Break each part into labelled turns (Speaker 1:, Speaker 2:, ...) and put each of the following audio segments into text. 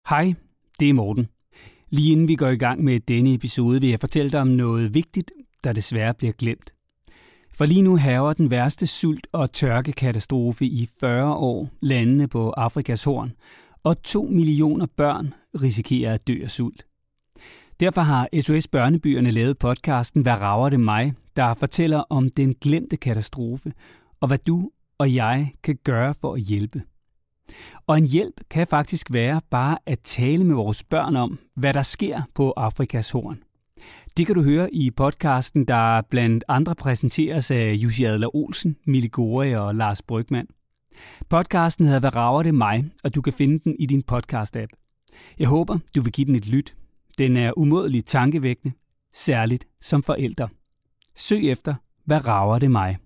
Speaker 1: Hej, det er Morten. Lige inden vi går i gang med denne episode, vil jeg fortælle dig om noget vigtigt, der desværre bliver glemt. For lige nu hærger den værste sult- og tørkekatastrofe i 40 år landene på Afrikas Horn, og 2 millioner børn risikerer at dø af sult. Derfor har SOS Børnebyerne lavet podcasten Hvad rager det mig?, der fortæller om den glemte katastrofe, og hvad du og jeg kan gøre for at hjælpe. Og en hjælp kan faktisk være bare at tale med vores børn om, hvad der sker på Afrikas Horn. Det kan du høre i podcasten, der blandt andre præsenteres af Jussi Adler-Olsen, Mille Gore og Lars Brygmann. Podcasten hedder Hvad rager det mig?, og du kan finde den i din podcast-app. Jeg håber, du vil give den et lyt. Den er umådeligt tankevækkende, særligt som forældre. Søg efter Hvad rager det mig?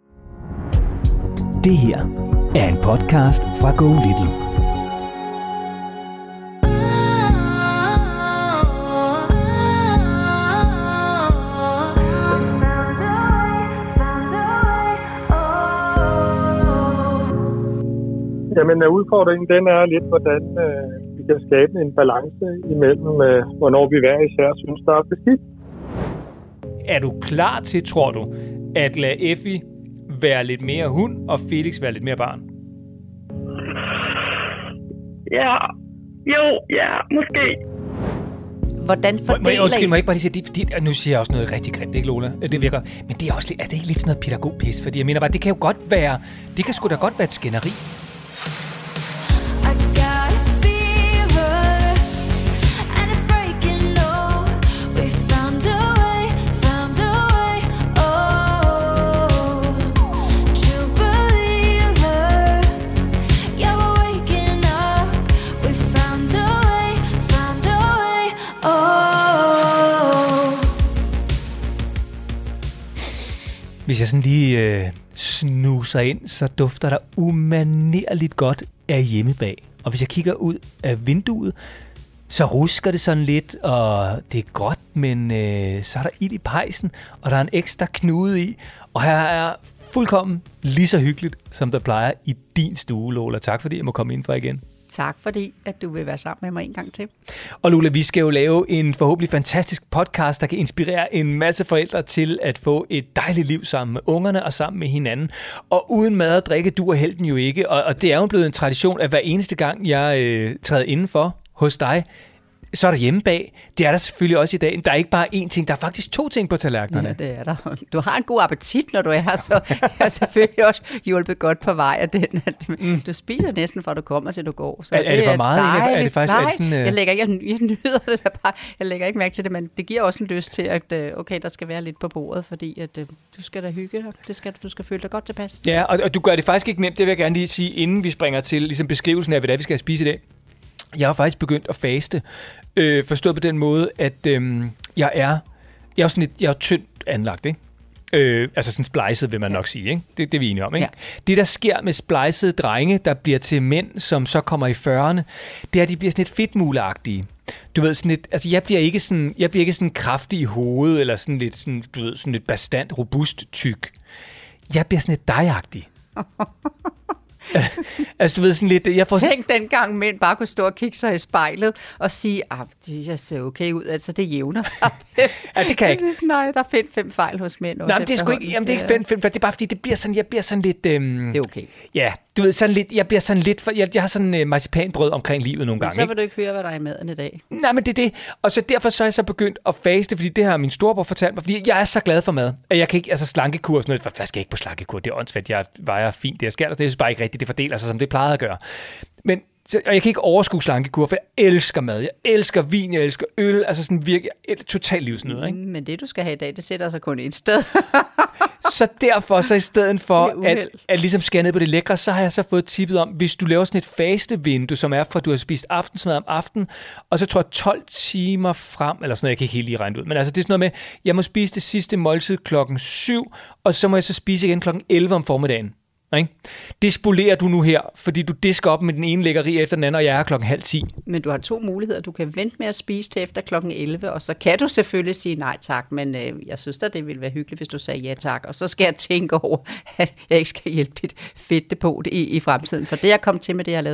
Speaker 1: Det her er en podcast fra Go Little.
Speaker 2: Jamen, udfordringen den er lidt, hvordan vi kan skabe en balance imellem, hvornår vi hver især synes, der er beskidt.
Speaker 3: Er du klar til, tror du, at lade Effie være lidt mere hund, og Felix være lidt mere barn?
Speaker 4: Ja, måske.
Speaker 5: Hvordan fordeler
Speaker 3: Må jeg ikke bare lige sige, nu siger jeg også noget rigtig grimt, ikke Lola? Det virker, men det er også lidt, er det ikke lidt sådan noget pædagogpis? Fordi jeg mener bare, det kan jo godt være, det kan sgu da godt være et skænderi. Hvis jeg sådan lige snuser ind, så dufter der umanerligt godt af hjemmebag. Og hvis jeg kigger ud af vinduet, så rusker det sådan lidt, og det er gråt, men så er der ild i pejsen, og der er en ekstra knude i. Og her er fuldkommen lige så hyggeligt, som der plejer i din stue, Lola. Tak fordi jeg må komme indenfor igen.
Speaker 5: Tak fordi, at du vil være sammen med mig en gang til.
Speaker 3: Og Lola, vi skal jo lave en forhåbentlig fantastisk podcast, der kan inspirere en masse forældre til at få et dejligt liv sammen med ungerne og sammen med hinanden. Og uden mad og drikke duer helten jo ikke. Og det er jo blevet en tradition, at hver eneste gang jeg træder indenfor hos dig, så er der hjemme bag. Det er der selvfølgelig også i dag. Der er ikke bare én ting, der er faktisk 2 ting på tallerkenerne.
Speaker 5: Ja, det er der. Du har en god appetit, når du er her, så jeg har selvfølgelig også hjulpet godt på vej af den. Du spiser næsten, fra du kommer til du går. Så
Speaker 3: er det for meget?
Speaker 5: Dejligt.
Speaker 3: Er det faktisk,
Speaker 5: nej,
Speaker 3: sådan,
Speaker 5: jeg nyder det der bare. Jeg lægger ikke mærke til det, men det giver også en lyst til, at okay, der skal være lidt på bordet, fordi at, du skal da hygge dig. Du skal føle dig godt tilpas.
Speaker 3: Ja, og du gør det faktisk ikke nemt. Det vil jeg gerne lige sige, inden vi springer til ligesom beskrivelsen af, hvad det er, vi skal spise i dag. Jeg har faktisk begyndt at faste, forstået på den måde, at jeg er sådan lidt, jeg er tyndt anlagt, ikke? Altså sådan splicet, vil man nok sige, ikke? Det er vi enige om, ikke? Ja. Det, der sker med splicede drenge, der bliver til mænd, som så kommer i 40'erne, det er, at de bliver sådan lidt fedtmuleagtige. Du ved, sådan lidt, altså jeg bliver ikke sådan kraftig i hovedet, eller sådan lidt, sådan, du ved, sådan lidt bastant, robust, tyk. Jeg bliver sådan lidt dejagtig. Altså du ved sådan lidt,
Speaker 5: Tænk dengang mænd bare kunne stå og kigge sig i spejlet og sige, det ser okay ud, altså det jævner sig.
Speaker 3: Ja, det kan jeg ikke.
Speaker 5: Nej, der er 5 fejl hos mænd.
Speaker 3: Nej, men det er sgu ikke, jamen det er ikke 5, det er bare fordi jeg bliver sådan lidt. Det
Speaker 5: er okay.
Speaker 3: Ja, du ved sådan lidt, jeg bliver sådan lidt, for jeg har sådan marcipanbrød omkring livet nogle gange.
Speaker 5: Så vil du ikke høre, hvad der er i maden i dag.
Speaker 3: Nej, men det er det. Og så derfor så er jeg så begyndt at faste, fordi det har min storebror fortalt mig, fordi jeg er så glad for mad, at jeg kan ikke, altså slankekur og sådan noget, for jeg skal ikke på slankekur, det er åndssvagt, jeg vejer fint, det jeg skal, og det er bare ikke rigtigt, det fordeler sig, som det plejede at gøre. Men og jeg kan ikke overskue slankekur, for jeg elsker mad, jeg elsker vin, jeg elsker øl, altså sådan virkelig totalt livsnød, ikke?
Speaker 5: Men det, du skal have i dag, det sætter sig kun et sted.
Speaker 3: Så derfor, så i stedet for at ligesom skære ned på det lækre, så har jeg så fået tippet om, hvis du laver sådan et fastevindue, som er fra, at du har spist aftensmad om aftenen, og så tror jeg 12 timer frem, eller sådan noget, jeg kan ikke helt lige regne ud, men altså det er sådan noget med, jeg må spise det sidste måltid 7:00, og så må jeg så spise igen 11:00 om formiddagen. Ikke? Det spolerer du nu her, fordi du disker op med den ene lækkeri efter den anden, og jeg er 9:30.
Speaker 5: Men du har 2 muligheder. Du kan vente med at spise til efter 11:00, og så kan du selvfølgelig sige nej tak, men jeg synes da, det ville være hyggeligt, hvis du sagde ja tak, og så skal jeg tænke over, at jeg ikke skal hjælpe dit fedtdepot i fremtiden, for det jeg kom til med det, jeg har lavet i dag.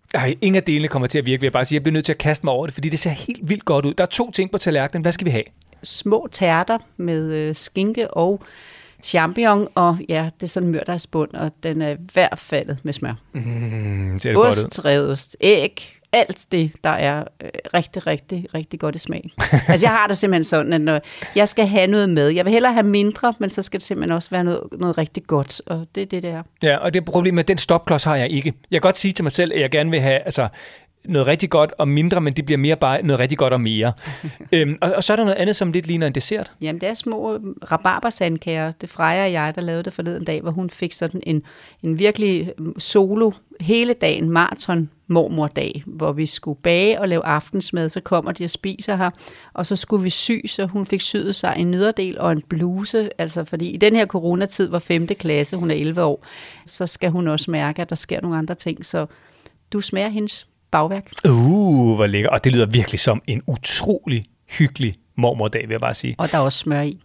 Speaker 3: Ej, ingen af delene kommer til at virke, vil jeg bare sige. Jeg bliver nødt til at kaste mig over det, fordi det ser helt vildt godt ud. Der er 2 ting på tallerkenen. Hvad skal vi have?
Speaker 5: Små tærter med skinke og champignon, og ja, det er sådan mørdejsbund, og den er i hvert fald med smør.
Speaker 3: Ser det
Speaker 5: ost, revet, æg, alt det, der er rigtig, rigtig, rigtig godt i smag. Altså, jeg har det simpelthen sådan, at når jeg skal have noget med, jeg vil hellere have mindre, men så skal det simpelthen også være noget rigtig godt, og det er det, det er. Ja,
Speaker 3: og det problem med den stopklods har jeg ikke. Jeg kan godt sige til mig selv, at jeg gerne vil have, altså, noget rigtig godt og mindre, men det bliver mere bare noget rigtig godt og mere. Og så er der noget andet, som lidt ligner en dessert.
Speaker 5: Jamen, det er små rabarbersandkager. Det Freja og jeg, der lavede det forleden dag, hvor hun fik sådan en virkelig solo hele dagen, maraton mormordag, hvor vi skulle bage og lave aftensmad, så kommer de og spiser her, og så skulle vi sy, så hun fik syet sig en nederdel og en bluse, altså fordi i den her coronatid var 5. klasse, hun er 11 år, så skal hun også mærke, at der sker nogle andre ting, så du smager hendes bagværk.
Speaker 3: Hvor lækker. Og det lyder virkelig som en utrolig hyggelig mormordag, vil jeg bare sige.
Speaker 5: Og der er også smør i.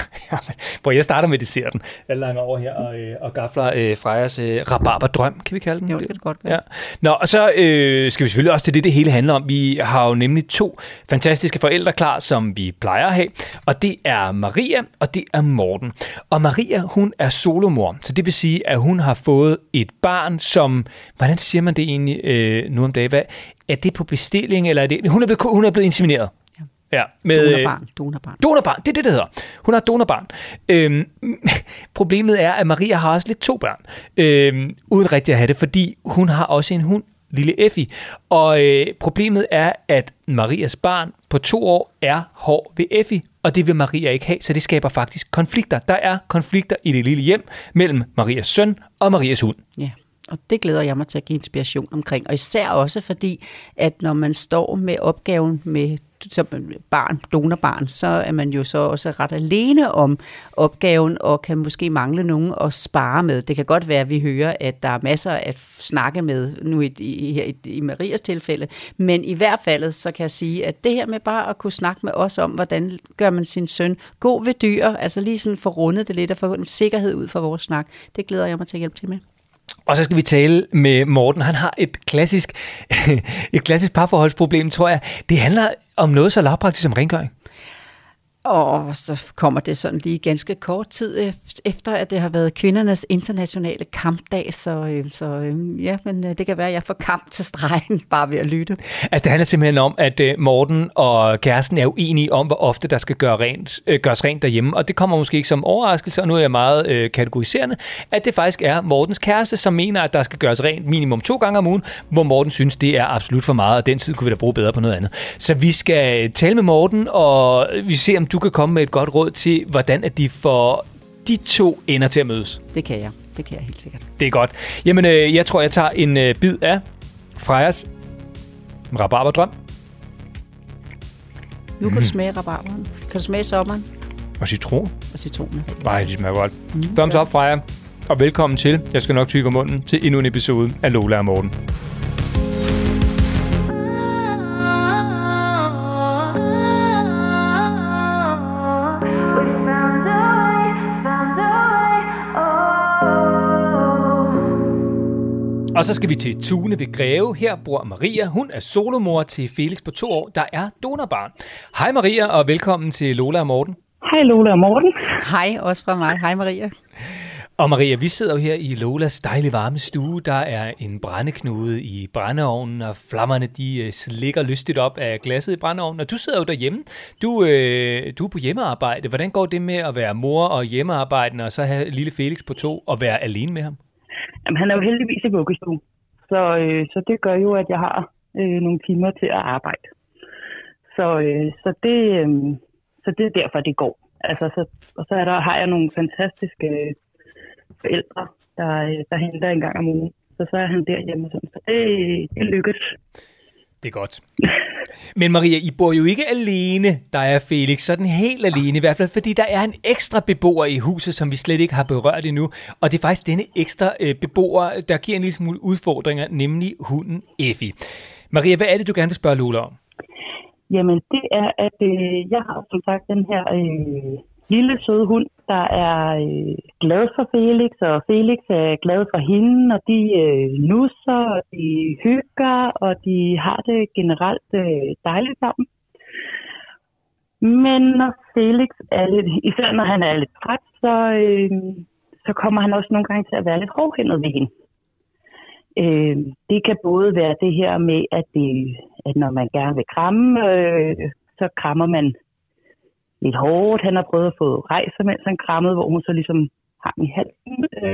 Speaker 3: Jeg starter med desserten. Jeg lader mig over her og gafler Frejas rabarberdrøm, kan vi kalde den?
Speaker 5: Jo, det kan det godt gøre.
Speaker 3: Ja. Nå, og så skal vi selvfølgelig også til det hele handler om. Vi har jo nemlig 2 fantastiske forældre klar, som vi plejer at have. Og det er Maria, og det er Morten. Og Maria, hun er solomor. Så det vil sige, at hun har fået et barn, som... Hvordan siger man det egentlig nu om dagen? Er det på bestilling, eller er det... Hun er blevet insemineret. Ja, med donorbarn, det er det hedder. Hun har et donorbarn. Problemet er, at Maria har også lidt 2 børn, uden rigtig at have det, fordi hun har også en hund, lille Effie. Og problemet er, at Marias barn på 2 år er hård ved Effie, og det vil Maria ikke have, så det skaber faktisk konflikter. Der er konflikter i det lille hjem mellem Marias søn og Marias hund.
Speaker 5: Ja. Og det glæder jeg mig til at give inspiration omkring. Og især også fordi, at når man står med opgaven med som donorbarn, så er man jo så også ret alene om opgaven, og kan måske mangle nogen at spare med. Det kan godt være, at vi hører, at der er masser at snakke med nu i Marias tilfælde, men i hvert fald så kan jeg sige, at det her med bare at kunne snakke med os om, hvordan gør man sin søn god ved dyr, altså lige sådan få rundet det lidt og få en sikkerhed ud for vores snak, det glæder jeg mig til at hjælpe til med.
Speaker 3: Og så skal vi tale med Morten. Han har et klassisk parforholdsproblem, tror jeg. Det handler om noget så lavpraktisk som rengøring.
Speaker 5: Og så kommer det sådan lige ganske kort tid efter, at det har været kvindernes internationale kampdag. Ja, men det kan være, at jeg får kamp til stregen bare ved at lytte. Altså
Speaker 3: det handler simpelthen om, at Morten og kæresten er uenige om, hvor ofte der skal gøres rent derhjemme. Og det kommer måske ikke som overraskelse, og nu er jeg meget kategoriserende, at det faktisk er Mortens kæreste, som mener, at der skal gøres rent minimum 2 gange om ugen, hvor Morten synes, det er absolut for meget, og den tid kunne vi da bruge bedre på noget andet. Så vi skal tale med Morten, og vi ser, om du kan komme med et godt råd til, hvordan at de får de 2 ender til at mødes.
Speaker 5: Det kan jeg helt sikkert.
Speaker 3: Det er godt. Jamen, jeg tror, jeg tager en bid af Frejas rabarberdrøm.
Speaker 5: Nu kan du smage rabarberen. Kan du smage sommeren?
Speaker 3: Og citron.
Speaker 5: Og citronen.
Speaker 3: Nej, det smager godt. Thumbs up, Freja. Og velkommen til, jeg skal nok tykke munden, til endnu en episode af Lola og Morten. Og så skal vi til Tune ved Greve. Her bor Maria. Hun er solomor til Felix på 2 år, der er donorbarn. Hej Maria, og velkommen til Lola og Morten.
Speaker 4: Hej Lola og Morten.
Speaker 5: Hej, også fra mig. Hej Maria.
Speaker 3: Og Maria, vi sidder jo her i Lolas dejlige varme stue. Der er en brændeknude i brændeovnen, og flammerne de slikker lystigt op af glasset i brændeovnen. Og du sidder jo derhjemme. Du er på hjemmearbejde. Hvordan går det med at være mor og hjemmearbejdende, og så have lille Felix på 2 og være alene med ham?
Speaker 4: Jamen, han er jo heldigvis i vuggestue, så det gør jo, at jeg har nogle timer til at arbejde. Så det er derfor, det går. Altså, og så har jeg nogle fantastiske forældre, der henter en gang om ugen. Så er han derhjemme. Så det lykkes.
Speaker 3: Det er godt. Men Maria, I bor jo ikke alene, der er Felix, sådan helt alene, i hvert fald fordi der er en ekstra beboer i huset, som vi slet ikke har berørt endnu, og det er faktisk denne ekstra beboer, der giver en lille smule udfordringer, nemlig hunden Effie. Maria, hvad er det, du gerne vil spørge Lola om?
Speaker 4: Jamen, det er, at jeg har som sagt den her lille søde hund, der er glad for Felix, og Felix er glad for hende, og de nusser, og de hygger, og de har det generelt dejligt sammen. Men når Felix er lidt, især når han er lidt træt, så kommer han også nogle gange til at være lidt hårdhændet ved hende. Det kan både være det her med, at når man gerne vil kramme, så krammer man lidt hårdt. Han har prøvet at få rejser, mens han krammede, hvor hun så ligesom hang i halsen.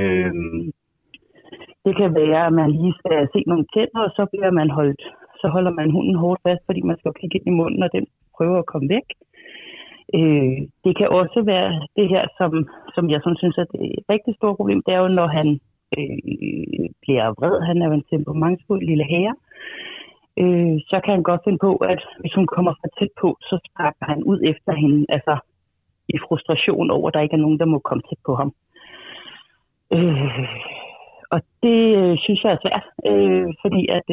Speaker 4: Det kan være, at man lige skal se nogle tænder, og så holder man hunden hårdt fast, fordi man skal kigge ind i munden, og den prøver at komme væk. Det kan også være det her, som jeg synes er det rigtig store problem, det er jo, når han bliver vred. Han er jo en temperamentsfuld lille herre. Så kan han godt finde på, at hvis hun kommer for tæt på, så sparker han ud efter hende, altså i frustration over, at der ikke er nogen, der må komme tæt på ham. Og det synes jeg er svært, fordi at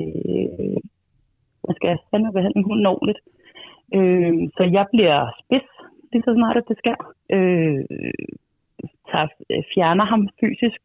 Speaker 4: man skal fandme behandle hunden ordentligt. Så jeg bliver spids, lige så snart at det sker. Fjerner ham fysisk.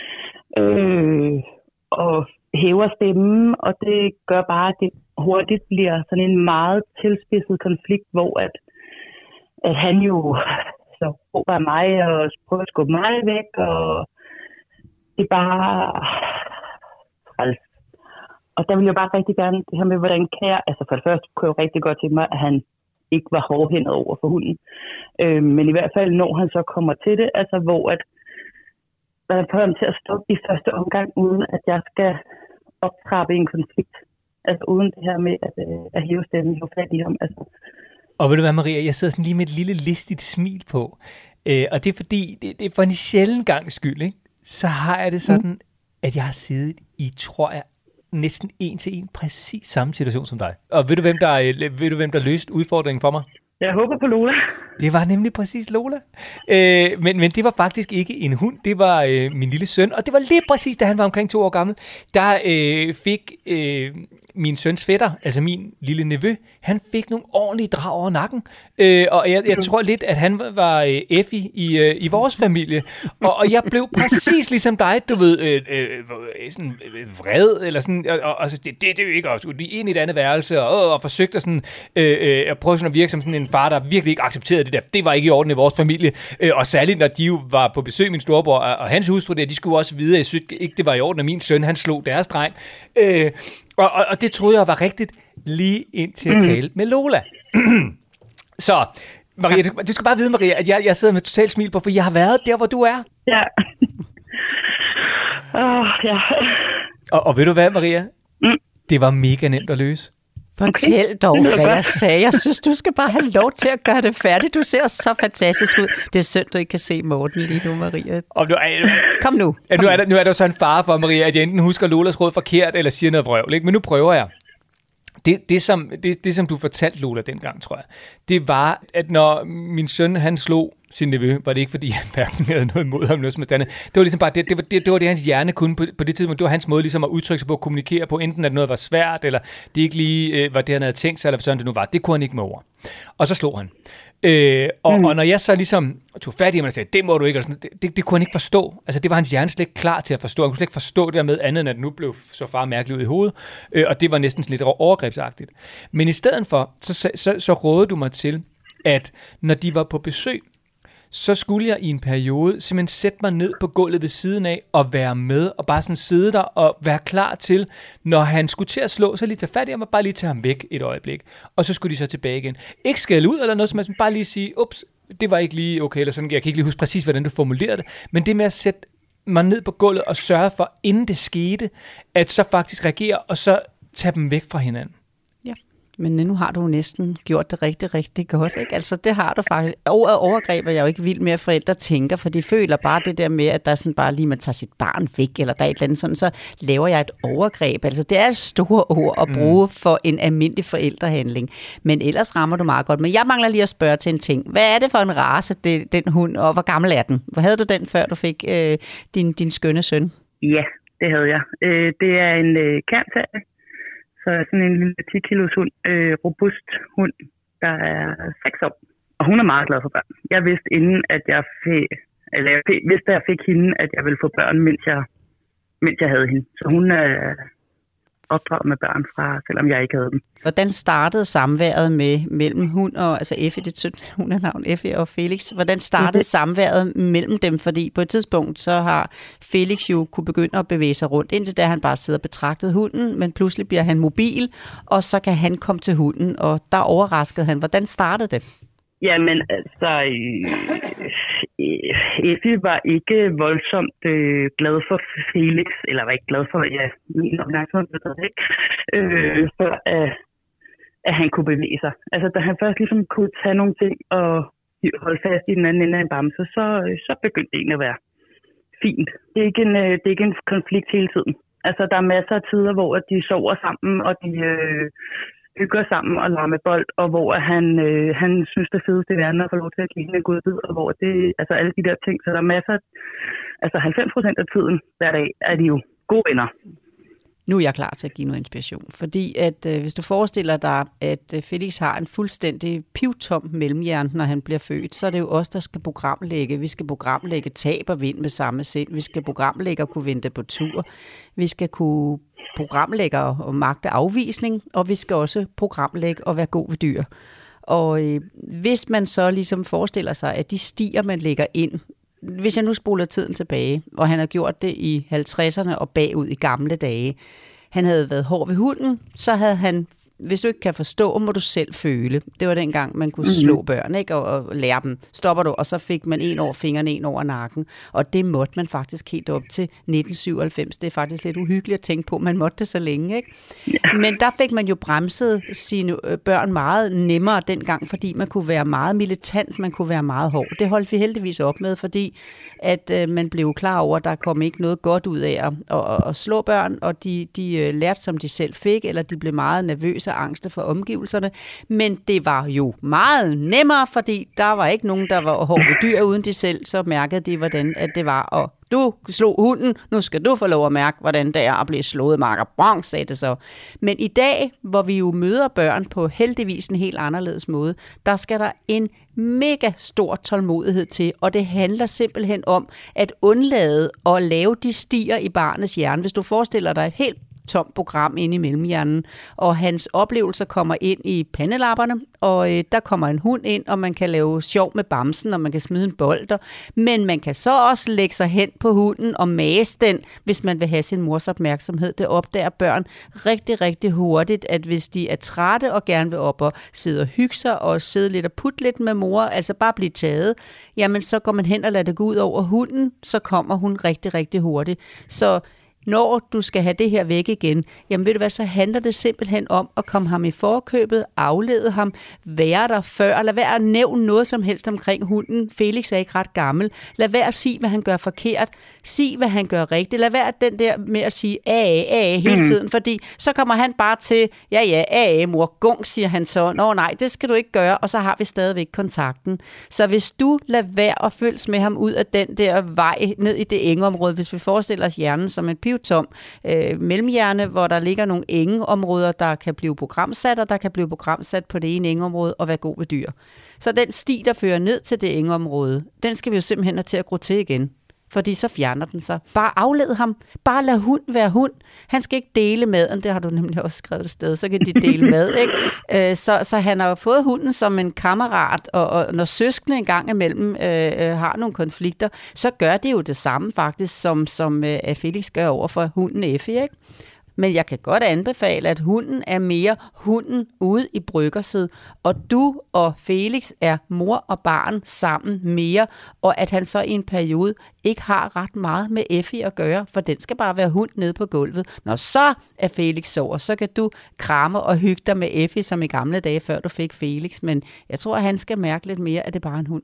Speaker 4: Og hæver stemmen, og det gør bare, at det hurtigt bliver sådan en meget tilspidset konflikt, hvor at han jo så råber mig og prøver at skubbe mig væk, og det er bare træls. Og der vil jeg bare rigtig gerne det her med, hvordan kan jeg, altså for det første kunne jeg jo rigtig godt til mig, at han ikke var hårdhændet over for hunden. Men i hvert fald, når han så kommer til det, altså hvor at man får ham til at stoppe i første omgang, uden at jeg skal optrappe en konflikt. Altså uden det her med at hæve stemmen og fat i ham. Altså.
Speaker 3: Og ved du hvad, Maria, jeg sidder sådan lige med et lille listigt smil på. Og det er fordi, det er for en sjælden gang skyld, ikke? Så har jeg det sådan, at jeg har siddet i, tror jeg, næsten en til en præcis samme situation som dig. Og ved du, hvem der løste udfordringen for mig?
Speaker 4: Jeg håber på Lola.
Speaker 3: Det var nemlig præcis Lola. Men det var faktisk ikke en hund, det var min lille søn. Og det var lige præcis, da han var omkring 2 år gammel, der fik min søns fætter, altså min lille nevø, han fik nogle ordentlige drag over nakken. Og jeg tror lidt, at han var Effie i vores familie. Og jeg blev præcis ligesom dig, du ved, sådan vred, eller sådan, og det er jo ikke også, de er ind i et andet værelse, og forsøgte at, sådan, at prøve sådan at virke som sådan en far, der virkelig ikke accepterede det der. Det var ikke i orden i vores familie. Og særligt, når de jo var på besøg, min storebror og hans hustru der, de skulle også vide, at jeg synes ikke, det var i orden, at min søn, han slog deres dreng. Og det troede jeg var rigtigt, lige indtil at tale med Lola. Så, Maria, du skal bare vide, Maria, at jeg sidder med totalt smil på, for jeg har været der, hvor du er.
Speaker 4: Ja. Ja.
Speaker 3: Og ved du hvad, Maria? Det var mega nemt at løse.
Speaker 5: Fortæl dog, hvad jeg sagde. Jeg synes, du skal bare have lov til at gøre det færdigt. Du ser så fantastisk ud. Det er synd, du ikke kan se Morten lige nu, Maria. Kom nu.
Speaker 3: Nu er der så en fare for, Maria, at jeg enten husker Lolas råd forkert, eller siger noget vrøvl, ikke? Men nu prøver jeg. Det, som du fortalte Lola dengang, tror jeg, det var, at når min søn, han slog sin nevø, var det ikke, fordi han hverken havde noget imod ham, noget som det var ligesom bare, det var det, hans hjerne kunne på det tidspunkt. Det var hans måde ligesom at udtrykke sig på, at kommunikere på, enten at noget var svært, eller det ikke lige var det, han havde tænkt sig, eller sådan det nu var. Det kunne han ikke med ord. Og så slog han. Og når jeg så ligesom tog fat i ham og sagde, det må du ikke, det kunne han ikke forstå. Altså det var hans hjerne slet ikke klar til at forstå. Han kunne slet ikke forstå det der med andet, end at nu blev så far mærkeligt ud i hovedet. Og det var næsten lidt overgrebsagtigt. Men i stedet for, så rådede du mig til, at når de var på besøg, så skulle jeg i en periode simpelthen sætte mig ned på gulvet ved siden af og være med, og bare sådan sidde der og være klar til, når han skulle til at slå, så lige tage fat i ham og bare lige tage ham væk et øjeblik. Og så skulle de så tilbage igen. Ikke skælde ud eller noget, som man bare lige sige, ups, det var ikke lige okay, eller sådan, jeg kan ikke lige huske præcis, hvordan du formulerede det, men det med at sætte mig ned på gulvet og sørge for, inden det skete, at så faktisk reagere, og så tage dem væk fra hinanden.
Speaker 5: Men nu har du næsten gjort det rigtig, rigtig godt, ikke? Altså, det har du faktisk. Ordet overgreb er jeg jo ikke vild med, at forældre tænker, for de føler bare det der med, at der er sådan bare lige, man tager sit barn væk, eller der er et eller andet sådan, så laver jeg et overgreb. Altså, det er et stort ord at bruge for en almindelig forældrehandling. Men ellers rammer du meget godt. Men jeg mangler lige at spørge til en ting. Hvad er det for en race, den hund, og hvor gammel er den? Hvor havde du den, før du fik din skønne søn?
Speaker 4: Ja, det havde jeg. Det er en kernferie. Så sådan en lille 10 kilos hund, robust hund, der er 6 år. Og hun er meget glad for børn. Jeg vidste inden, at jeg fik hende, at jeg ville få børn, mens jeg havde hende. Så hun er opdraget med børn fra, selvom jeg ikke havde dem.
Speaker 5: Hvordan startede samværet mellem hun og, altså Effie, det er hundenavn, Effie og Felix. Hvordan startede samværet mellem dem? Fordi på et tidspunkt, så har Felix jo kunne begynde at bevæge sig rundt, indtil da han bare sidder og betragtede hunden, men pludselig bliver han mobil, og så kan han komme til hunden, og der overraskede han. Hvordan startede det?
Speaker 4: Jamen, altså, Effie var ikke voldsomt glad for Felix, eller var ikke glad for, min opmærksomhed, før at han kunne bevæge sig. Altså, da han først ligesom kunne tage nogle ting og holde fast i den anden ende af en bamse, så begyndte det egentlig at være fint. Det er ikke en konflikt hele tiden. Altså, der er masser af tider, hvor de sover sammen, og de hygger sammen og leger med bold, og hvor han synes, det fedeste i verden er at få lov til at give hende en god bid, og hvor det, altså alle de der ting, så der er masser, altså 90% af tiden hver dag er de jo gode venner.
Speaker 5: Nu er jeg klar til at give noget inspiration, fordi at hvis du forestiller dig, at Felix har en fuldstændig pivtom mellemhjerne, når han bliver født, så er det jo os, der skal programlægge. Vi skal programlægge tab og vind med samme sind. Vi skal programlægge og kunne vente på tur. Vi skal kunne programlægge og magte afvisning, og vi skal også programlægge og være god ved dyr. Og hvis man så ligesom forestiller sig, at de stier, man lægger ind, hvis jeg nu spoler tiden tilbage, og han har gjort det i 50'erne og bagud i gamle dage, han havde været hård ved hunden, så havde han, hvis du ikke kan forstå, må du selv føle. Det var dengang, man kunne slå børn, ikke? Og lære dem, stopper du, og så fik man en over fingeren, en over nakken. Og det måtte man faktisk helt op til 1997. Det er faktisk lidt uhyggeligt at tænke på, man måtte det så længe, ikke? Ja. Men der fik man jo bremset sine børn meget nemmere dengang, fordi man kunne være meget militant, man kunne være meget hård. Det holdt vi heldigvis op med, fordi at man blev klar over, at der kom ikke noget godt ud af at slå børn, og de lærte, som de selv fik, eller de blev meget nervøse og angste for omgivelserne. Men det var jo meget nemmere, fordi der var ikke nogen, der var hård ved dyr, uden de selv så mærkede de, hvordan at det var. Og du slog hunden, nu skal du få lov at mærke, hvordan det er at blive slået, Marker. Bong, sagde det så. Men i dag, hvor vi jo møder børn på heldigvis en helt anderledes måde, der skal der en mega stor tålmodighed til, og det handler simpelthen om at undlade at lave de stier i barnets hjerne. Hvis du forestiller dig et helt tomt program inde i mellemhjernen, og hans oplevelser kommer ind i pandelapperne, og der kommer en hund ind, og man kan lave sjov med bamsen, og man kan smide en bold, men man kan så også lægge sig hen på hunden og mase den, hvis man vil have sin mors opmærksomhed. Det opdager børn rigtig, rigtig hurtigt, at hvis de er trætte og gerne vil op og sidde og hygge sig, og sidde lidt og putte lidt med mor, altså bare blive taget, jamen så går man hen og lader det gå ud over hunden, så kommer hun rigtig, rigtig hurtigt. Så når du skal have det her væk igen, jamen ved du hvad, så handler det simpelthen om at komme ham i forkøbet, aflede ham, være der før, lad være at nævne noget som helst omkring hunden. Felix er ikke ret gammel. Lad være at sige, hvad han gør forkert. Sig, hvad han gør rigtigt. Lad være den der med at sige hele tiden, fordi så kommer han bare til, mor, gung, siger han så. Nå nej, det skal du ikke gøre, og så har vi stadigvæk kontakten. Så hvis du lader være at følges med ham ud af den der vej ned i det engeområde, hvis vi forestiller os hjernen som et pivtom mellemhjerne, hvor der ligger nogle engeområder, der kan blive programsat, og der kan blive programsat på det ene engeområde og være god ved dyr. Så den sti, der fører ned til det engeområde, den skal vi jo simpelthen have til at gro til igen. Fordi så fjerner den sig. Bare afled ham. Bare lad hund være hund. Han skal ikke dele maden. Det har du nemlig også skrevet et sted. Så kan de dele mad, ikke? Så han har fået hunden som en kammerat, og når søskende en gang imellem har nogle konflikter, så gør det jo det samme faktisk, som Felix gør over for hunden Effie, ikke? Men jeg kan godt anbefale, at hunden er mere hunden ude i bryggersædet, og du og Felix er mor og barn sammen mere, og at han så i en periode ikke har ret meget med Effie at gøre, for den skal bare være hund nede på gulvet. Når så er Felix sover, så kan du kramme og hygge dig med Effie, som i gamle dage, før du fik Felix, men jeg tror, at han skal mærke lidt mere, at det er bare en hund.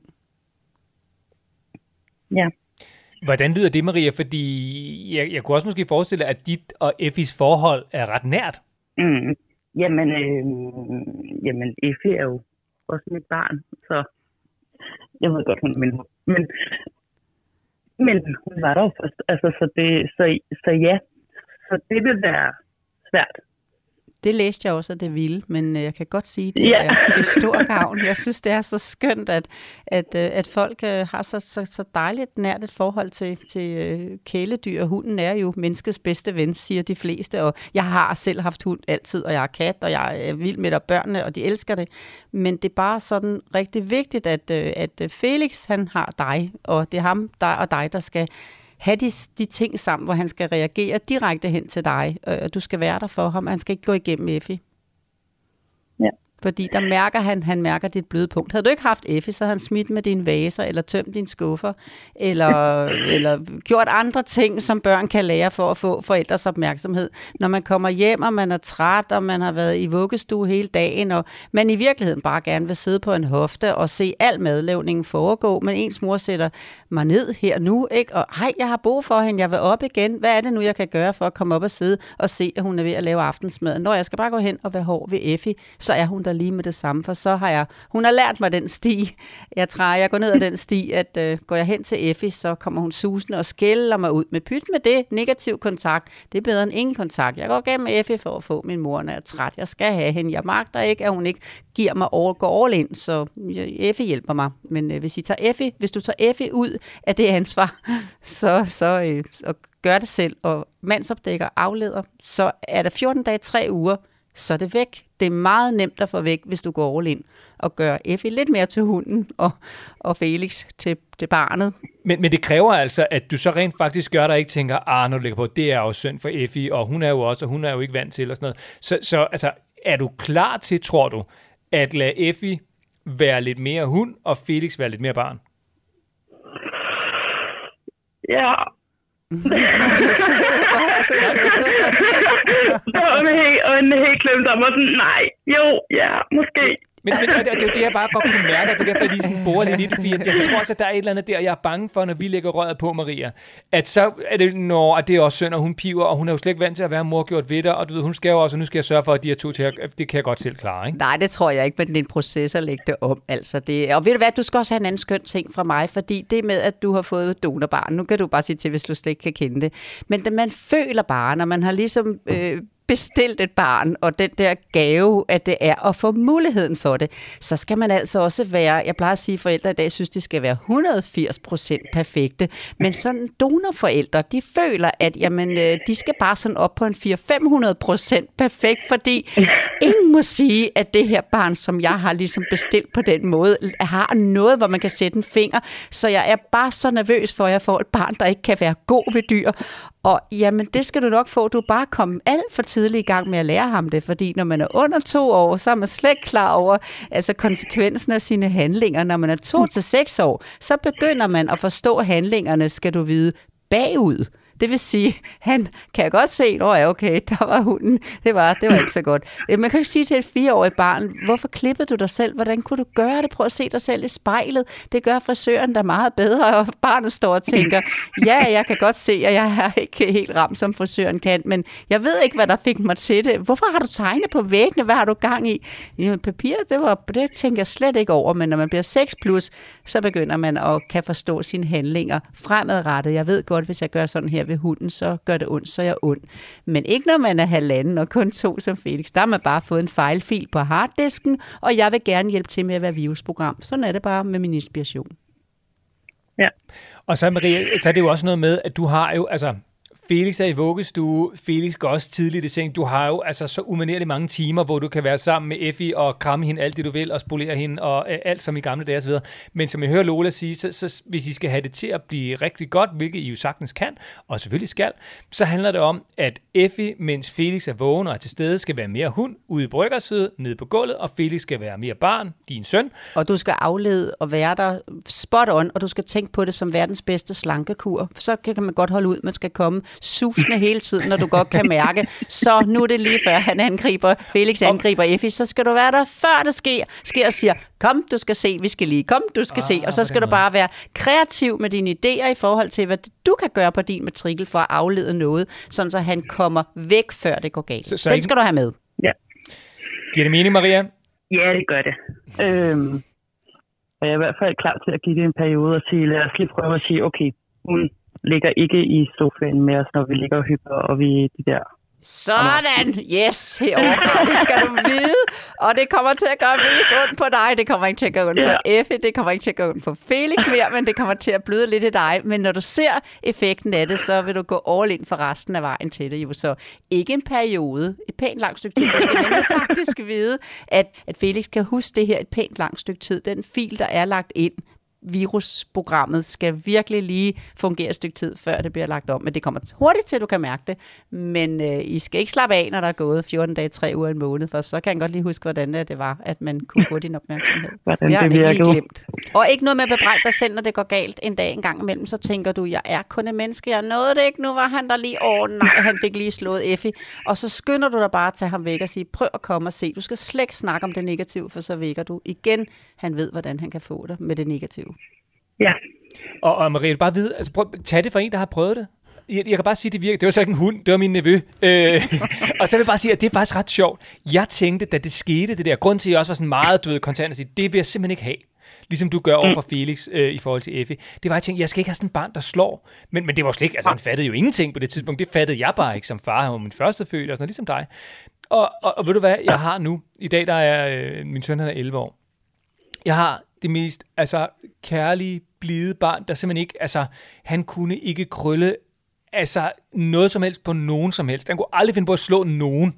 Speaker 4: Ja.
Speaker 3: Hvordan lyder det, Maria? Fordi jeg kunne også måske forestille, at dit og Effies forhold er ret nært.
Speaker 4: Jamen, Effie er jo også mit barn, så jeg ved godt, hun er min hund. Men hun var der jo først. Altså, så ja. Så det vil være svært.
Speaker 5: Det læste jeg også, at det ville, men jeg kan godt sige, at det er til stor gavn. Jeg synes, det er så skønt, at folk har så dejligt nært et forhold til kæledyr. Hunden er jo menneskets bedste ven, siger de fleste, og jeg har selv haft hund altid, og jeg har kat, og jeg er vild med børnene, og de elsker det. Men det er bare sådan rigtig vigtigt, at Felix, han har dig, og det er ham og dig, der skal have de ting sammen, hvor han skal reagere direkte hen til dig. Du skal være der for ham. Han skal ikke gå igennem Effie.
Speaker 4: Ja.
Speaker 5: Fordi der mærker han mærker dit bløde punkt. Havde du ikke haft Effie, så havde han smidt med dine vaser, eller tømt dine skuffer, eller gjort andre ting, som børn kan lære for at få forældres opmærksomhed. Når man kommer hjem, og man er træt, og man har været i vuggestue hele dagen, og man i virkeligheden bare gerne vil sidde på en hofte og se al madlavningen foregå, men ens mor sætter mig ned her nu, ikke? Og jeg har brug for hende, jeg vil op igen. Hvad er det nu, jeg kan gøre for at komme op og sidde og se, at hun er ved at lave aftensmad? Når jeg skal bare gå hen og være hård ved Effie, så er hun der lige med det samme, for så har hun har lært mig den sti. Jeg går ned ad den sti, at går jeg hen til Effie, så kommer hun susende og skælder mig ud med pyt med det. Negativ kontakt, det er bedre end ingen kontakt. Jeg går gennem Effie for at få min mor, når jeg er træt. Jeg skal have hende. Jeg magter ikke, at hun ikke giver mig går all in, så Effie hjælper mig. Men hvis du tager Effie ud af det ansvar, så gør det selv, og mandsopdækker, afleder, så er der 14 dage, 3 uger, så er det væk. Det er meget nemt at få væk, hvis du går all in og gør Effie lidt mere til hunden og Felix til barnet.
Speaker 3: Men det kræver altså, at du så rent faktisk gør, der ikke tænker, når du lægger på, det er jo synd for Effie, og hun er jo ikke vant til, og sådan noget. Så altså, er du klar til, tror du, at lade Effie være lidt mere hund, og Felix være lidt mere barn?
Speaker 4: Ja. Øjnene helt klemt om, og sådan, nej, jo, ja, måske.
Speaker 3: Men det er jo det, jeg bare godt kunne mærke, og det er derfor, jeg lige sådan borer lidt i det, fordi jeg tror også, at der er et eller andet der, jeg er bange for, når vi lægger røret på Maria, at så er det, når det er også synd, og hun piver, og hun er jo slet ikke vant til at være morgjort ved dig, og du ved, hun skal jo også, og nu skal jeg sørge for, at de her to til, det kan jeg godt selv klare, ikke?
Speaker 5: Nej, det tror jeg ikke, men det er en proces at lægge det om, altså. Og ved du hvad, du skal også have en anden skøn ting fra mig, fordi det med, at du har fået donorbarn, nu kan du bare sige til, hvis du slet ikke kan kende det, men man føler bare, når man har ligesom bestilt et barn, og den der gave, at det er at få muligheden for det, så skal man altså også være, jeg plejer at sige, at forældre i dag synes, de skal være 180% perfekte, men sådan donorforældre, de føler, at jamen, de skal bare sådan op på en 400-500% perfekt, fordi ingen må sige, at det her barn, som jeg har ligesom bestilt på den måde, har noget, hvor man kan sætte en finger, så jeg er bare så nervøs for, at jeg får et barn, der ikke kan være god ved dyr. Og jamen, det skal du nok få. Du er bare kommet alt for tidligt i gang med at lære ham det, fordi når man er under 2 år, så er man slet ikke klar over konsekvensen af sine handlinger. Når man er 2 til 6 år, så begynder man at forstå handlingerne, skal du vide, bagud. Det vil sige, han kan godt se, okay, der var hunden. Det var ikke så godt. Man kan ikke sige til et 4-årigt barn, hvorfor klippede du dig selv? Hvordan kunne du gøre det? Prøv at se dig selv i spejlet. Det gør frisøren da meget bedre, og barnet står og tænker, ja, jeg kan godt se, at jeg er ikke helt ramt, som frisøren kan, men jeg ved ikke, hvad der fik mig til det. Hvorfor har du tegnet på væggene? Hvad har du gang i? Papir, det tænker jeg slet ikke over, men når man bliver 6+, så begynder man at kan forstå sine handlinger fremadrettet. Jeg ved godt, hvis jeg gør sådan her ved hunden, så gør det ondt, så er jeg ond. Men ikke når man er 1,5 og kun 2 som Felix. Der har man bare fået en fejlfil på harddisken, og jeg vil gerne hjælpe til med at være virusprogram. Sådan er det bare med min inspiration.
Speaker 4: Ja.
Speaker 3: Og så Maria, så er det jo også noget med, at du har jo, altså Felix er i vuggestue, Felix går også tidligt i seng. Du har jo altså så umanerligt mange timer, hvor du kan være sammen med Effie og kramme hende alt det, du vil, og spolere hende, og alt som i gamle dage osv. Men som jeg hører Lola sige, så hvis I skal have det til at blive rigtig godt, hvilket I jo sagtens kan, og selvfølgelig skal, så handler det om, at Effie, mens Felix er vågen og er til stede, skal være mere hund ude i bryggersiden, nede på gulvet, og Felix skal være mere barn, din søn.
Speaker 5: Og du skal aflede og være der spot on, og du skal tænke på det som verdens bedste slankekur. Så kan man godt holde ud, man skal komme susende hele tiden, når du godt kan mærke, så nu er det lige før Felix angriber Effie, så skal du være der, før det sker og siger, kom, du skal se, vi skal lige, kom, du skal se, og så skal du bare være kreativ med dine idéer i forhold til, hvad du kan gøre på din matrikel for at aflede noget, sådan så han kommer væk, før det går galt. Så den skal du have med.
Speaker 4: Ja.
Speaker 3: Giver det mening, Maria?
Speaker 4: Ja, det gør det. Jeg er i hvert fald klar til at give det en periode og sige, lad os lige prøve at sige, okay, hun ligger ikke i sofaen med os, når vi ligger og hygger, og vi de der
Speaker 5: Sådan! Yes! Heroverfra. Det skal du vide. Og det kommer til at gøre mest ondt på dig. Det kommer ikke til at gøre ondt på Effie. Det kommer ikke til at gøre ondt på Felix mere, men det kommer til at bløde lidt i dig. Men når du ser effekten af det, så vil du gå all in for resten af vejen til det. Jo. Så ikke en periode. Et pænt langt stykke tid. Du skal nemlig faktisk vide, at Felix kan huske det her et pænt langt stykke tid. Den fil, der er lagt ind, virusprogrammet, skal virkelig lige fungere et stykke tid, før det bliver lagt om. Men det kommer hurtigt til, at du kan mærke det. Men I skal ikke slappe af, når der er gået 14 dage, 3 uger, en måned, for så kan jeg godt lige huske, hvordan det var, at man kunne få din opmærksomhed.
Speaker 4: Hvordan
Speaker 5: det har
Speaker 4: det
Speaker 5: ikke lige
Speaker 4: virkede.
Speaker 5: glemt. Og ikke noget med at bebrejde dig selv, når det går galt en dag en gang imellem, så tænker du, jeg er kun en menneske, jeg nåede det ikke, nu var han der lige, nej, han fik lige slået Effie. Og så skynder du dig bare at tage ham væk og sige, prøv at komme og se, du skal slet ikke snakke om det negative, for så vækker du igen. Han ved, hvordan han kan få dig med det negative.
Speaker 4: Ja.
Speaker 3: Og Marie, bare vide, altså prøv at tage det fra en, der har prøvet det. Jeg kan bare sige, at det virker. Det var så ikke en hund, det var min nevø. Og så vil jeg bare sige, at det er faktisk ret sjovt. Jeg tænkte, da det skete, det der, grund til, at jeg også var sådan meget kontant at sige, det vil jeg simpelthen ikke have. Ligesom du gør over for Felix i forhold til Effie. Det var, jeg tænkte, jeg skal ikke have sådan et barn, der slår. Men det var slet ikke, altså han fattede jo ingenting på det tidspunkt. Det fattede jeg bare ikke som far. Han var min første født, og sådan noget, ligesom dig. Og ved du hvad, jeg har nu, i dag der er, min søn han er 11 år. Jeg har det mest kærlige, blide barn, der simpelthen ikke, han kunne ikke krølle noget som helst på nogen som helst. Han kunne aldrig finde på at slå nogen.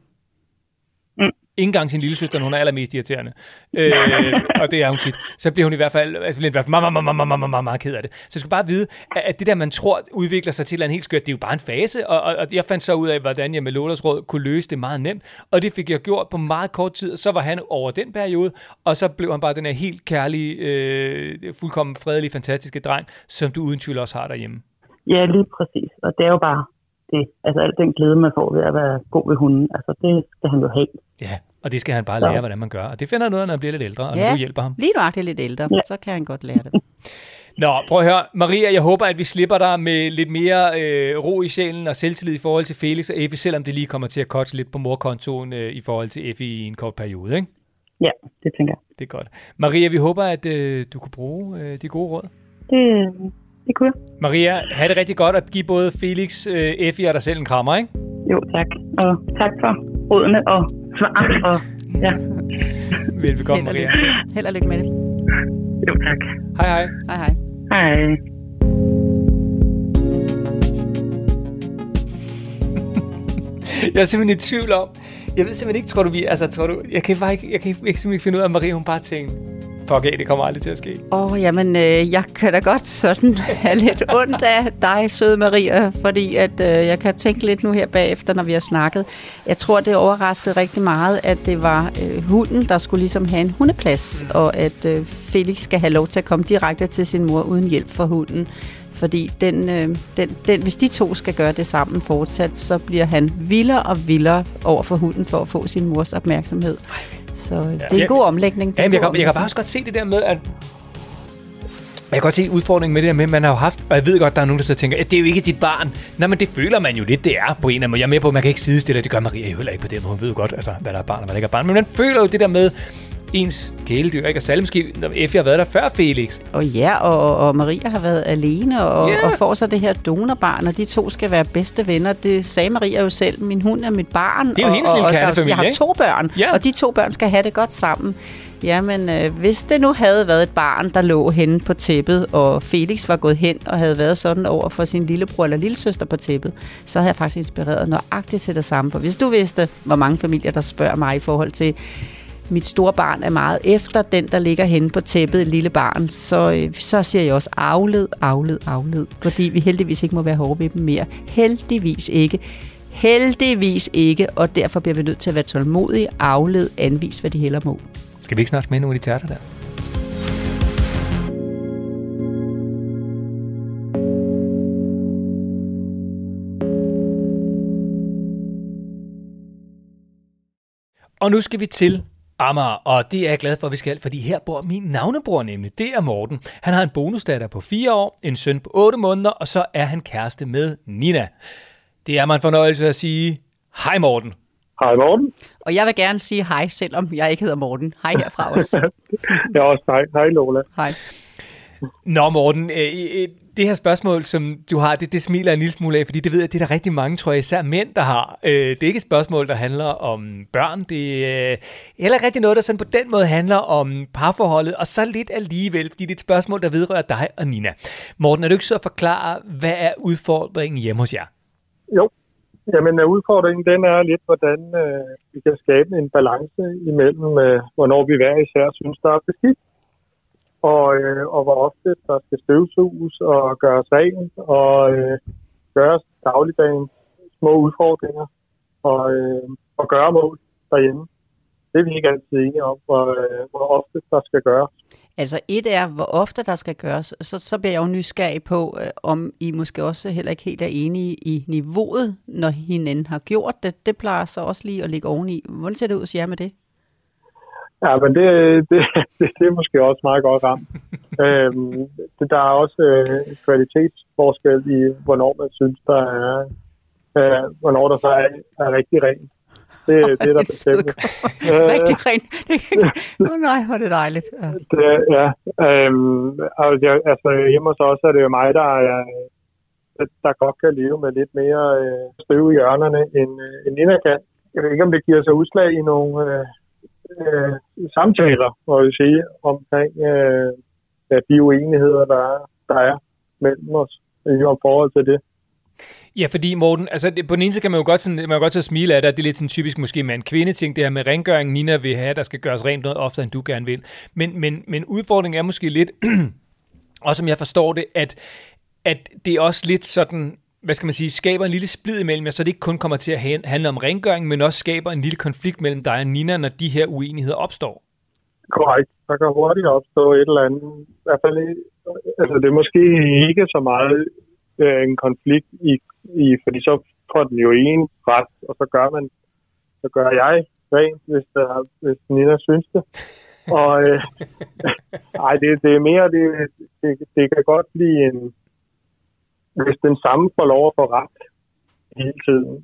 Speaker 3: Ikke engang sin lille søster, hun er allermest irriterende. Og det er hun tit. Så bliver hun i hvert fald meget ked af det. Så jeg skal bare vide, at det der, man tror, udvikler sig til en helt skørt, det er jo bare en fase. Og jeg fandt så ud af, hvordan jeg med Lolas råd kunne løse det meget nemt. Og det fik jeg gjort på meget kort tid. Så var han over den periode, og så blev han bare den her helt kærlige, fuldkommen fredelige, fantastiske dreng, som du uden tvivl også har derhjemme.
Speaker 4: Ja, lige præcis. Og det er jo bare det. Altså alt den glæde, man får ved at være god ved hunden, altså det skal han jo have.
Speaker 3: Ja, og det skal han bare lære, hvordan man gør. Og det finder han ud af, når han bliver lidt ældre, og når du hjælper ham.
Speaker 5: Lige nøjagtigt lidt ældre, så kan han godt lære det.
Speaker 3: Nå, prøv at høre. Maria, jeg håber, at vi slipper dig med lidt mere ro i sjælen og selvtillid i forhold til Felix og Effie, selvom det lige kommer til at koste lidt på morkontoen i forhold til Effie i en kort periode, ikke?
Speaker 4: Ja, det tænker jeg.
Speaker 3: Det er godt. Maria, vi håber, at du kunne bruge de gode råd.
Speaker 4: Det kunne jeg.
Speaker 3: Maria, have det rigtig godt at give både Felix, Effie og dig selv en krammer, ikke?
Speaker 4: Jo, tak. Og tak for rådene og svar. Og, ja.
Speaker 3: Velbekomme, Maria.
Speaker 5: Held og lykke med det.
Speaker 4: Jo, tak.
Speaker 3: Hej, hej.
Speaker 5: Hej, hej.
Speaker 4: Hej.
Speaker 3: Jeg er simpelthen i tvivl om. Jeg ved simpelthen ikke, jeg kan simpelthen ikke finde ud af, at Maria, hun bare tænkte, fuck af, det kommer aldrig til at ske.
Speaker 5: Jamen, jeg kan da godt sådan have lidt ondt af dig, søde Maria, fordi at jeg kan tænke lidt nu her bagefter, når vi har snakket. Jeg tror, det overraskede rigtig meget, at det var hunden, der skulle ligesom have en hundeplads, og at Felix skal have lov til at komme direkte til sin mor uden hjælp fra hunden. Fordi hvis de to skal gøre det sammen fortsat, så bliver han vildere og vildere over for hunden for at få sin mors opmærksomhed. Så det er en god omlægning.
Speaker 3: Jeg kan bare også godt se det der med, at jeg kan godt se udfordringen med det der med, at man har jo haft, og jeg ved godt, der er nogen, der så tænker, at det er jo ikke dit barn. Nej, men det føler man jo lidt, det er på en eller anden måde. Jeg er med på, at man kan ikke sidestille, det gør Maria jo heller ikke på den måde. Hun ved jo godt, hvad der er barn og hvad der ikke er barn. Men man føler jo det der med ens kæledyr, ikke? Og særlig måske, når Effie har været der før Felix.
Speaker 5: Og Maria har været alene og får så det her donorbarn, og de to skal være bedste venner. Det sagde Maria jo selv. Min hund er mit barn.
Speaker 3: Det er jo hendes lille kernefamilie,
Speaker 5: jeg har 2 børn, og de 2 børn skal have det godt sammen. Jamen, hvis det nu havde været et barn, der lå henne på tæppet, og Felix var gået hen og havde været sådan over for sin lillebror eller lillesøster på tæppet, så havde jeg faktisk inspireret nøjagtigt til det samme. For hvis du vidste, hvor mange familier, der spørger mig i forhold til mit store barn er meget efter den, der ligger henne på tæppet, et lille barn, så siger jeg også afled, fordi vi heldigvis ikke må være hårde ved dem mere. Heldigvis ikke, og derfor bliver vi nødt til at være tålmodige, afled, anvise, hvad de heller må.
Speaker 3: Skal vi ikke snart med nogle af de tærter der? Og nu skal vi til Amager, og det er jeg glad for, at vi skal, fordi her bor min navnebror nemlig. Det er Morten. Han har en bonusdatter på 4 år, en søn på 8 måneder, og så er han kæreste med Nina. Det er mig en fornøjelse at sige hej Morten.
Speaker 2: Hej Morten.
Speaker 5: Og jeg vil gerne sige hej, selvom jeg ikke hedder Morten. Hej herfra også.
Speaker 2: Jeg også hej. Hej Lola.
Speaker 5: Hej.
Speaker 3: Nå, Morten, det her spørgsmål, som du har, det smiler en lille smule af, fordi det ved jeg, det er der rigtig mange, tror jeg, især mænd, der har. Det er ikke et spørgsmål, der handler om børn. Det er heller ikke rigtig noget, der sådan på den måde handler om parforholdet, og så lidt alligevel, fordi det er et spørgsmål, der vedrører dig og Nina. Morten, er du ikke så at forklare, hvad er udfordringen hjemme hos jer?
Speaker 2: Jo, jamen udfordringen, den er lidt, hvordan vi kan skabe en balance imellem, hvornår vi hver især synes, der er beskidt. Og hvor ofte der skal støvsuges og gøres rent og gøres dagligdagen små udfordringer og gøre mål derhjemme. Det er vi ikke altid enige om, hvor ofte der skal gøres.
Speaker 5: Altså et er, hvor ofte der skal gøres, så bliver jeg jo nysgerrig på, om I måske også heller ikke helt er enige i niveauet, når hinanden har gjort det. Det plejer så også lige at ligge oveni. Hvordan ser det ud hos jer med det?
Speaker 2: Ja, men det er måske også meget godt ramt. Der er også kvalitetsforskel i, hvornår man synes, der er, hvornår der så er rigtig rent. Det er der bestemt.
Speaker 5: Rigtig rent. Nej, hvor er det dejligt. Ja.
Speaker 2: Altså hjemme hos os er det jo mig, der godt kan leve med lidt mere støv i hjørnerne, end Nina kan. Jeg ved ikke, om det giver sig udslag i nogle samtaler, må jeg sige, omkring de uenigheder, der er mellem os i forhold til det.
Speaker 3: Ja, fordi Morten, altså på den ene side kan man jo godt så smile af det, det er lidt sådan typisk måske med en kvindeting, det her med rengøring, Nina vil have, der skal gøres rent noget oftere, end du gerne vil. Men udfordringen er måske lidt, også som jeg forstår det, at det er også lidt sådan, hvad skal man sige, skaber en lille splid imellem jer, så det ikke kun kommer til at handle om rengøring, men også skaber en lille konflikt mellem dig og Nina, når de her uenigheder opstår.
Speaker 2: Korrekt. Der kan hurtigt opstå et eller andet. I hvert fald, altså det er måske ikke så meget en konflikt fordi så får den jo en ret, og så gør jeg rent, hvis Nina synes det. Og det er mere, det kan godt blive en, hvis den samme får lov at få ret hele tiden,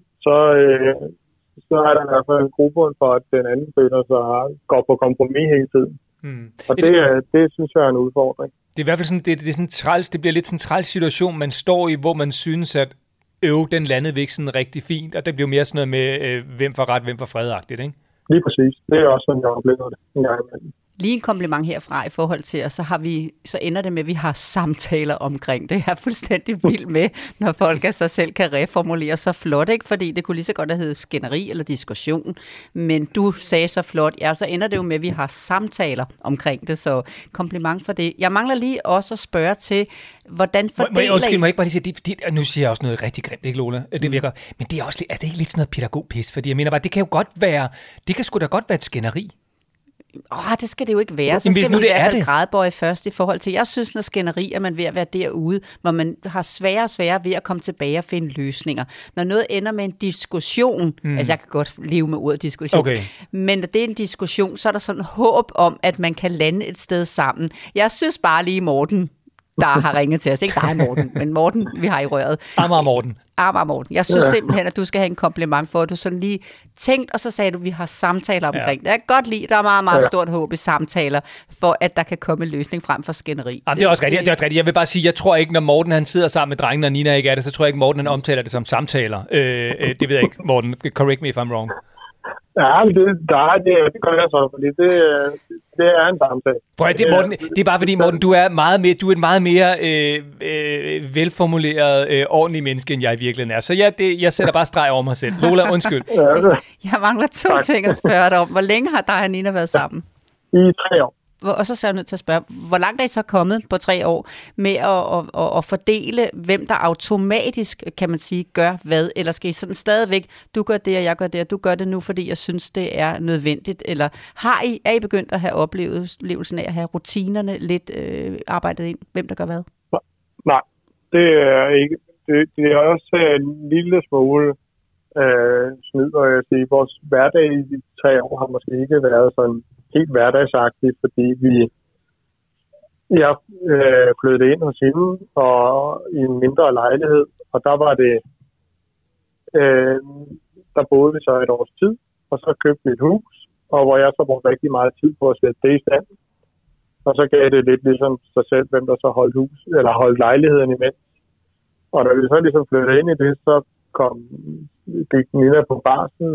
Speaker 2: så er der i hvert fald en grobund for, at den anden føler sig går på kompromis hele tiden. Og det synes jeg er en udfordring.
Speaker 3: Det er i hvert fald sådan, det er sådan træls, det bliver lidt sådan en træls situation, man står i, hvor man synes, at den landede ikke sådan rigtig fint, og det bliver mere sådan noget med, hvem får ret, hvem får fredagtigt, ikke?
Speaker 2: Lige præcis. Det er også sådan, jeg oplever det en gang imellem.
Speaker 5: Lige en kompliment herfra i forhold til, og så ender det med, at vi har samtaler omkring det. Jeg er fuldstændig vild med, når folk af sig selv kan reformulere så flot, ikke? Fordi det kunne lige så godt have heddet skænderi eller diskussion, men du sagde så flot, ja, så ender det jo med, at vi har samtaler omkring det, så kompliment for det. Jeg mangler lige også at spørge til, hvordan fordeler
Speaker 3: må jeg ikke bare lige sige, nu siger jeg også noget rigtig grimt, ikke Lola? Det virker, men det er også er det ikke lidt sådan noget pædagogpis? Fordi jeg mener bare, det kan sgu da godt være et skænderi.
Speaker 5: Det skal det jo ikke være. Så skal man i hvert fald gradbøje først i forhold til, jeg synes, når skænderi er man ved at være derude, hvor man har sværere og sværere ved at komme tilbage og finde løsninger. Når noget ender med en diskussion, altså jeg kan godt leve med ordet diskussion, okay, men når det er en diskussion, så er der sådan håb om, at man kan lande et sted sammen. Jeg synes bare lige Morten, der har ringet til os. Ikke dig, Morten, men Morten, vi har i røret. Amager Morten. Jeg synes simpelthen, at du skal have en kompliment for, at du sådan lige tænkt, og så sagde du, at vi har samtaler omkring det. Jeg kan godt lide, der er meget, meget stort håb i samtaler, for at der kan komme en løsning frem for skænderi.
Speaker 3: Det er også rigtigt. Jeg vil bare sige, jeg tror ikke, når Morten han sidder sammen med drengene, og Nina ikke er det, så tror jeg ikke, Morten han omtaler det som samtaler. Det ved jeg ikke, Morten. Correct me if I'm wrong.
Speaker 2: Ja, det gør jeg så, fordi det er en samtale.
Speaker 3: Morten, det er bare fordi, Morten, du er et meget mere velformuleret, ordentlig menneske, end jeg i virkeligheden er. Så jeg sætter bare streg over mig selv. Lola, undskyld.
Speaker 5: Jeg mangler 2 ting at spørge dig om. Hvor længe har dig og Nina været sammen?
Speaker 2: I 3 år.
Speaker 5: Og så er jeg nødt til at spørge, hvor langt er I så kommet på 3 år med at fordele, hvem der automatisk, kan man sige, gør hvad? Eller skal I sådan stadigvæk, du gør det, og jeg gør det, og du gør det nu, fordi jeg synes, det er nødvendigt? Eller er I begyndt at have oplevelsen af at have rutinerne lidt arbejdet ind? Hvem der gør hvad?
Speaker 2: Nej, det er ikke. Det er også en lille smule snyd, og jeg siger, vores hverdag i de 3 år har måske ikke været sådan helt hverdagsagtigt, fordi jeg flyttede ind hos hende og i en mindre lejlighed, og der var det, der boede vi så et års tid, og så købte vi et hus, og hvor jeg så brugte rigtig meget tid på at sætte det i stand. Og så gav det lidt ligesom sig selv, hvem der så holdt lejligheden imens. Og da vi så ligesom flyttede ind i det, så gik Nina på barsel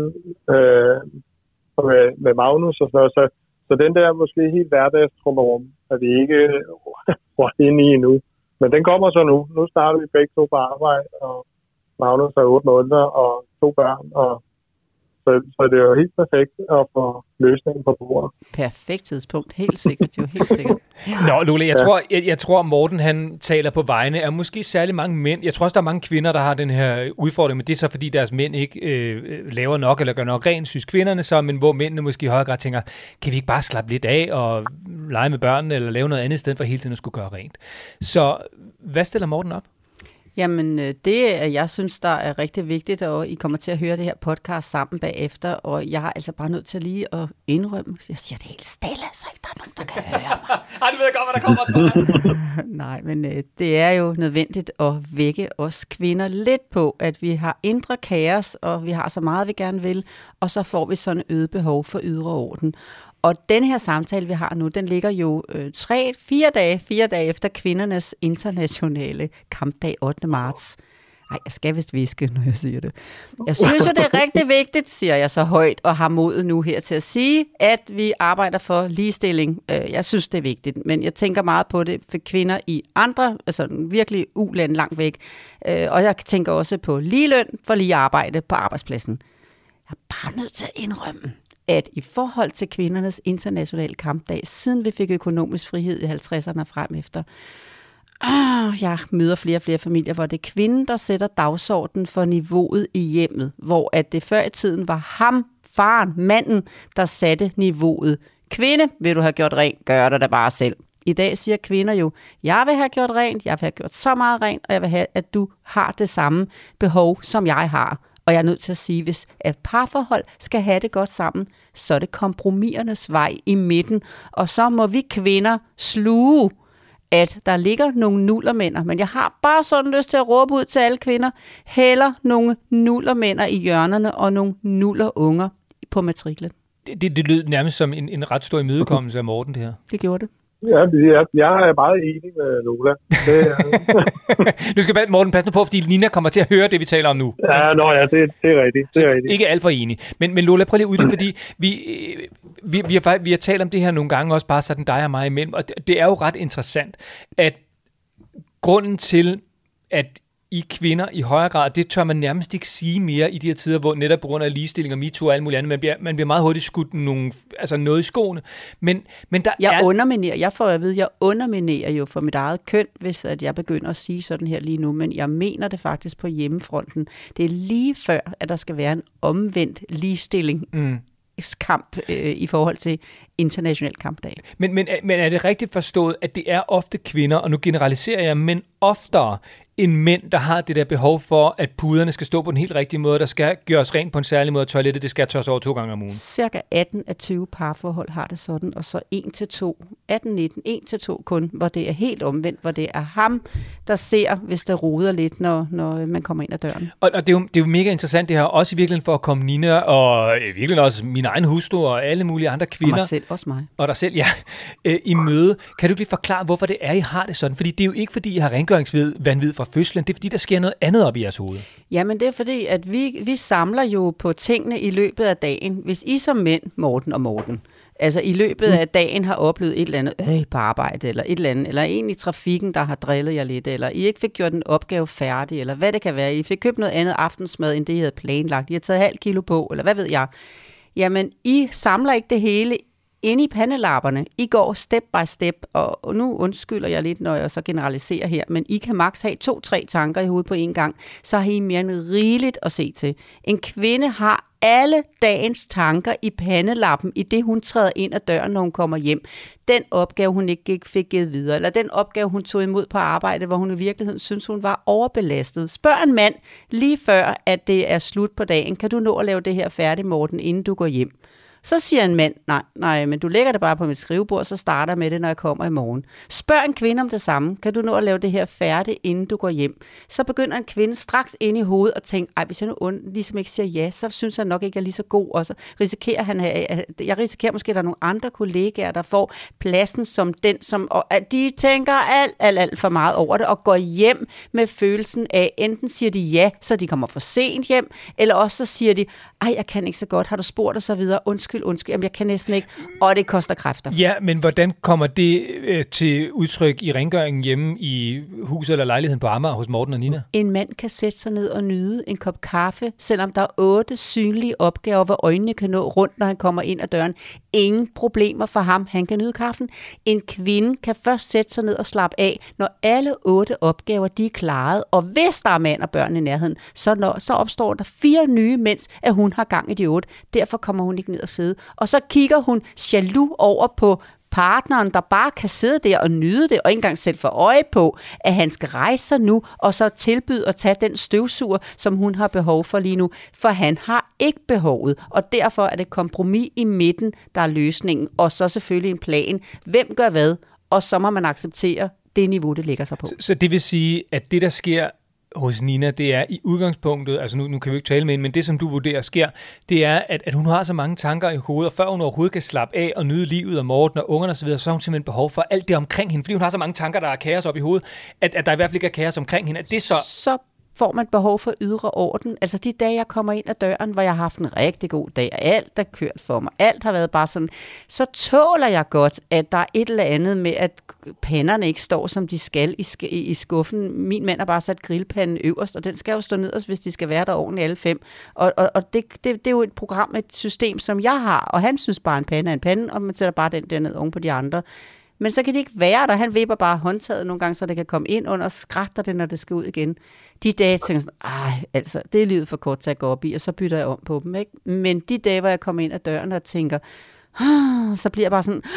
Speaker 2: med Magnus og sådan noget. Så den der måske helt hverdagstrummerum, er vi ikke råd inde i endnu. Men den kommer så nu. Nu starter vi begge to på arbejde, og Magnus har 8 måneder og 2 børn, og så det er jo helt perfekt at få løsningen på bordet.
Speaker 5: Perfekt tidspunkt. Helt sikkert jo. Helt sikkert.
Speaker 3: Nå, Lole, jeg tror, Morten han taler på vegne af måske særlig mange mænd. Jeg tror også, der er mange kvinder, der har den her udfordring, men det er så, fordi deres mænd ikke laver nok eller gør nok rent, synes kvinderne så, men hvor mændene måske i højere grad tænker, kan vi ikke bare slappe lidt af og lege med børnene eller lave noget andet, i stedet for hele tiden at skulle gøre rent. Så hvad stiller Morten op?
Speaker 5: Jamen, det jeg synes, der er rigtig vigtigt, og I kommer til at høre det her podcast sammen bagefter, og jeg er altså bare nødt til lige at indrømme, jeg siger det helt stille, så ikke der er nogen, der kan høre mig.
Speaker 3: Du ved godt, hvad der kommer.
Speaker 5: Nej, men det er jo nødvendigt at vække os kvinder lidt på, at vi har indre kaos, og vi har så meget, vi gerne vil, og så får vi sådan øget behov for ydre orden. Og den her samtale, vi har nu, den ligger jo 4 dage efter kvindernes internationale kampdag 8. marts. Ej, jeg skal vist viske, når jeg siger det. Jeg synes jo, det er rigtig vigtigt, siger jeg så højt, og har mod nu her til at sige, at vi arbejder for ligestilling. Jeg synes, det er vigtigt, men jeg tænker meget på det for kvinder i andre, altså virkelig ulande langt væk. Og jeg tænker også på ligeløn for lige arbejde på arbejdspladsen. Jeg er bare nødt til at indrømme, at i forhold til kvindernes internationale kampdag, siden vi fik økonomisk frihed i 50'erne og frem efter, jeg møder flere og flere familier, hvor det er kvinden, der sætter dagsordenen for niveauet i hjemmet, hvor at det før i tiden var ham, faren, manden, der satte niveauet. Kvinde, vil du have gjort rent, gør det da bare selv. I dag siger kvinder jo, jeg vil have gjort rent, jeg vil have gjort så meget rent, og jeg vil have, at du har det samme behov, som jeg har. Og jeg er nødt til at sige, hvis et parforhold skal have det godt sammen, så er det kompromisernes vej i midten. Og så må vi kvinder sluge, at der ligger nogle nullermænder. Men jeg har bare sådan lyst til at råbe ud til alle kvinder. Heller nogle nullermænder i hjørnerne og nogle nullerunger på matriklen.
Speaker 3: Det lød nærmest som en ret stor imødekommelse af Morten, det her.
Speaker 5: Det gjorde det.
Speaker 2: Ja, jeg er meget enig med Lola.
Speaker 3: Du skal Morten passe på, fordi Nina kommer til at høre det, vi taler om nu.
Speaker 2: Ja, det er rigtigt. Det er rigtigt.
Speaker 3: Ikke alt for enig. Men Lola, prøv lige at uddybe, fordi vi har talt om det her nogle gange, også bare sådan dig og mig imellem, og det er jo ret interessant, at grunden til, at I kvinder i højere grad, det tør man nærmest ikke sige mere i de her tider, hvor netop på grund af ligestilling og MeToo og alt muligt andet, man bliver meget hurtigt skudt noget i skoene. Men der
Speaker 5: jeg underminerer jo for mit eget køn, hvis at jeg begynder at sige sådan her lige nu, men jeg mener det faktisk på hjemmefronten. Det er lige før, at der skal være en omvendt ligestilling. Kamp i forhold til international kampdag.
Speaker 3: Men er det rigtigt forstået, at det er ofte kvinder, og nu generaliserer jeg, men oftere end mænd, der har det der behov for, at puderne skal stå på den helt rigtige måde, der skal gøres rent på en særlig måde, og toilettet det skal tørres over 2 gange om ugen?
Speaker 5: Cirka 18 af 20 parforhold har det sådan, og så 1-2 kun, hvor det er helt omvendt, hvor det er ham, der ser, hvis der roder lidt, når man kommer ind ad døren.
Speaker 3: Og det er jo mega interessant det her, også i virkeligheden for at komme Nina, og i virkeligheden også min egen hustru, og alle mulige andre kvinder.
Speaker 5: Og mig selv, også mig.
Speaker 3: Og dig selv, ja, i møde. Kan du lige forklare, hvorfor det er, I har det sådan? Fordi det er jo ikke, fordi I har rengøringsvanvid fra fødslen, det er, fordi der sker noget andet op i jeres hoved. Jamen,
Speaker 5: det er fordi, at vi samler jo på tingene i løbet af dagen. Hvis I som mænd, Morten, altså i løbet af dagen har oplevet et eller andet på arbejde, eller et eller andet, eller en i trafikken, der har drillet jer lidt, eller I ikke fik gjort en opgave færdig, eller hvad det kan være. I fik købt noget andet aftensmad, end det I havde planlagt. I har taget 0,5 kilo på, eller hvad ved jeg. Jamen, I samler ikke det hele inde i pandelapperne. I går step by step, og nu undskylder jeg lidt, når jeg så generaliserer her, men I kan maks have 2-3 tanker i hovedet på en gang, så har I mere end rigeligt at se til. En kvinde har alle dagens tanker i pandelappen, i det hun træder ind ad døren, når hun kommer hjem. Den opgave, hun ikke fik givet videre, eller den opgave, hun tog imod på arbejde, hvor hun i virkeligheden synes, hun var overbelastet. Spørg en mand lige før, at det er slut på dagen. Kan du nå at lave det her færdigt, Morten, inden du går hjem? Så siger en mand, nej, men du lægger det bare på mit skrivebord, så starter jeg med det, når jeg kommer i morgen. Spørg en kvinde om det samme. Kan du nå at lave det her færdigt, inden du går hjem? Så begynder en kvinde straks ind i hovedet og tænker, hvis jeg nu ligesom ikke siger ja, så synes jeg nok ikke, jeg er lige så god. Og så risikerer jeg risikerer måske, at der er nogle andre kollegaer, der får pladsen som den, og at de tænker alt for meget over det, og går hjem med følelsen af, enten siger de ja, så de kommer for sent hjem, eller også så siger de, jeg kan ikke så godt, har du spurgt og så videre, undskyld, jamen jeg kan næsten ikke, og det koster kræfter.
Speaker 3: Ja, men hvordan kommer det til udtryk i rengøringen hjemme i huset eller lejligheden på Amager hos Morten og Nina?
Speaker 5: En mand kan sætte sig ned og nyde en kop kaffe, selvom der er 8 synlige opgaver, hvor øjnene kan nå rundt, når han kommer ind ad døren. Ingen problemer for ham, han kan nyde kaffen. En kvinde kan først sætte sig ned og slappe af, når alle 8 opgaver de er klaret, og hvis der er mand og børn i nærheden, så opstår der 4 nye, mens at hun har gang i de 8. Derfor kommer hun ikke ned og sidde. Og så kigger hun jaloux over på partneren, der bare kan sidde der og nyde det, og ikke engang selv få øje på, at han skal rejse sig nu, og så tilbyde at tage den støvsuger, som hun har behov for lige nu. For han har ikke behovet, og derfor er det kompromis i midten, der er løsningen, og så selvfølgelig en plan. Hvem gør hvad? Og så må man acceptere det niveau, det ligger sig på.
Speaker 3: Så det vil sige, at det, der sker hos Nina, det er i udgangspunktet, altså nu kan vi ikke tale med hende, men det, som du vurderer sker, det er, at hun har så mange tanker i hovedet, og før hun overhovedet kan slappe af og nyde livet og Morten og ungerne osv., så har hun simpelthen behov for alt det omkring hende, fordi hun har så mange tanker, der er kaos op i hovedet, at der i hvert fald ikke er kaos omkring hende. At det så
Speaker 5: får man behov for ydre orden. Altså de dage, jeg kommer ind ad døren, hvor jeg har haft en rigtig god dag, og alt er kørt for mig, alt har været bare sådan, så tåler jeg godt, at der er et eller andet med, at panderne ikke står, som de skal i skuffen. Min mand har bare sat grillpanden øverst, og den skal jo stå nederst, hvis de skal være der ordentligt alle 5. Og det er jo et program, et system, som jeg har, og han synes bare, en pande er en pande, og man sætter bare den der ned oven på de andre. Men så kan det ikke være der. Han vipper bare håndtaget nogle gange, så det kan komme ind under og skrætter det, når det skal ud igen. De dage tænker sådan, det er livet for kort til at gå op i, og så bytter jeg om på dem, ikke? Men de dage, hvor jeg kommer ind ad døren og tænker, så bliver jeg bare sådan,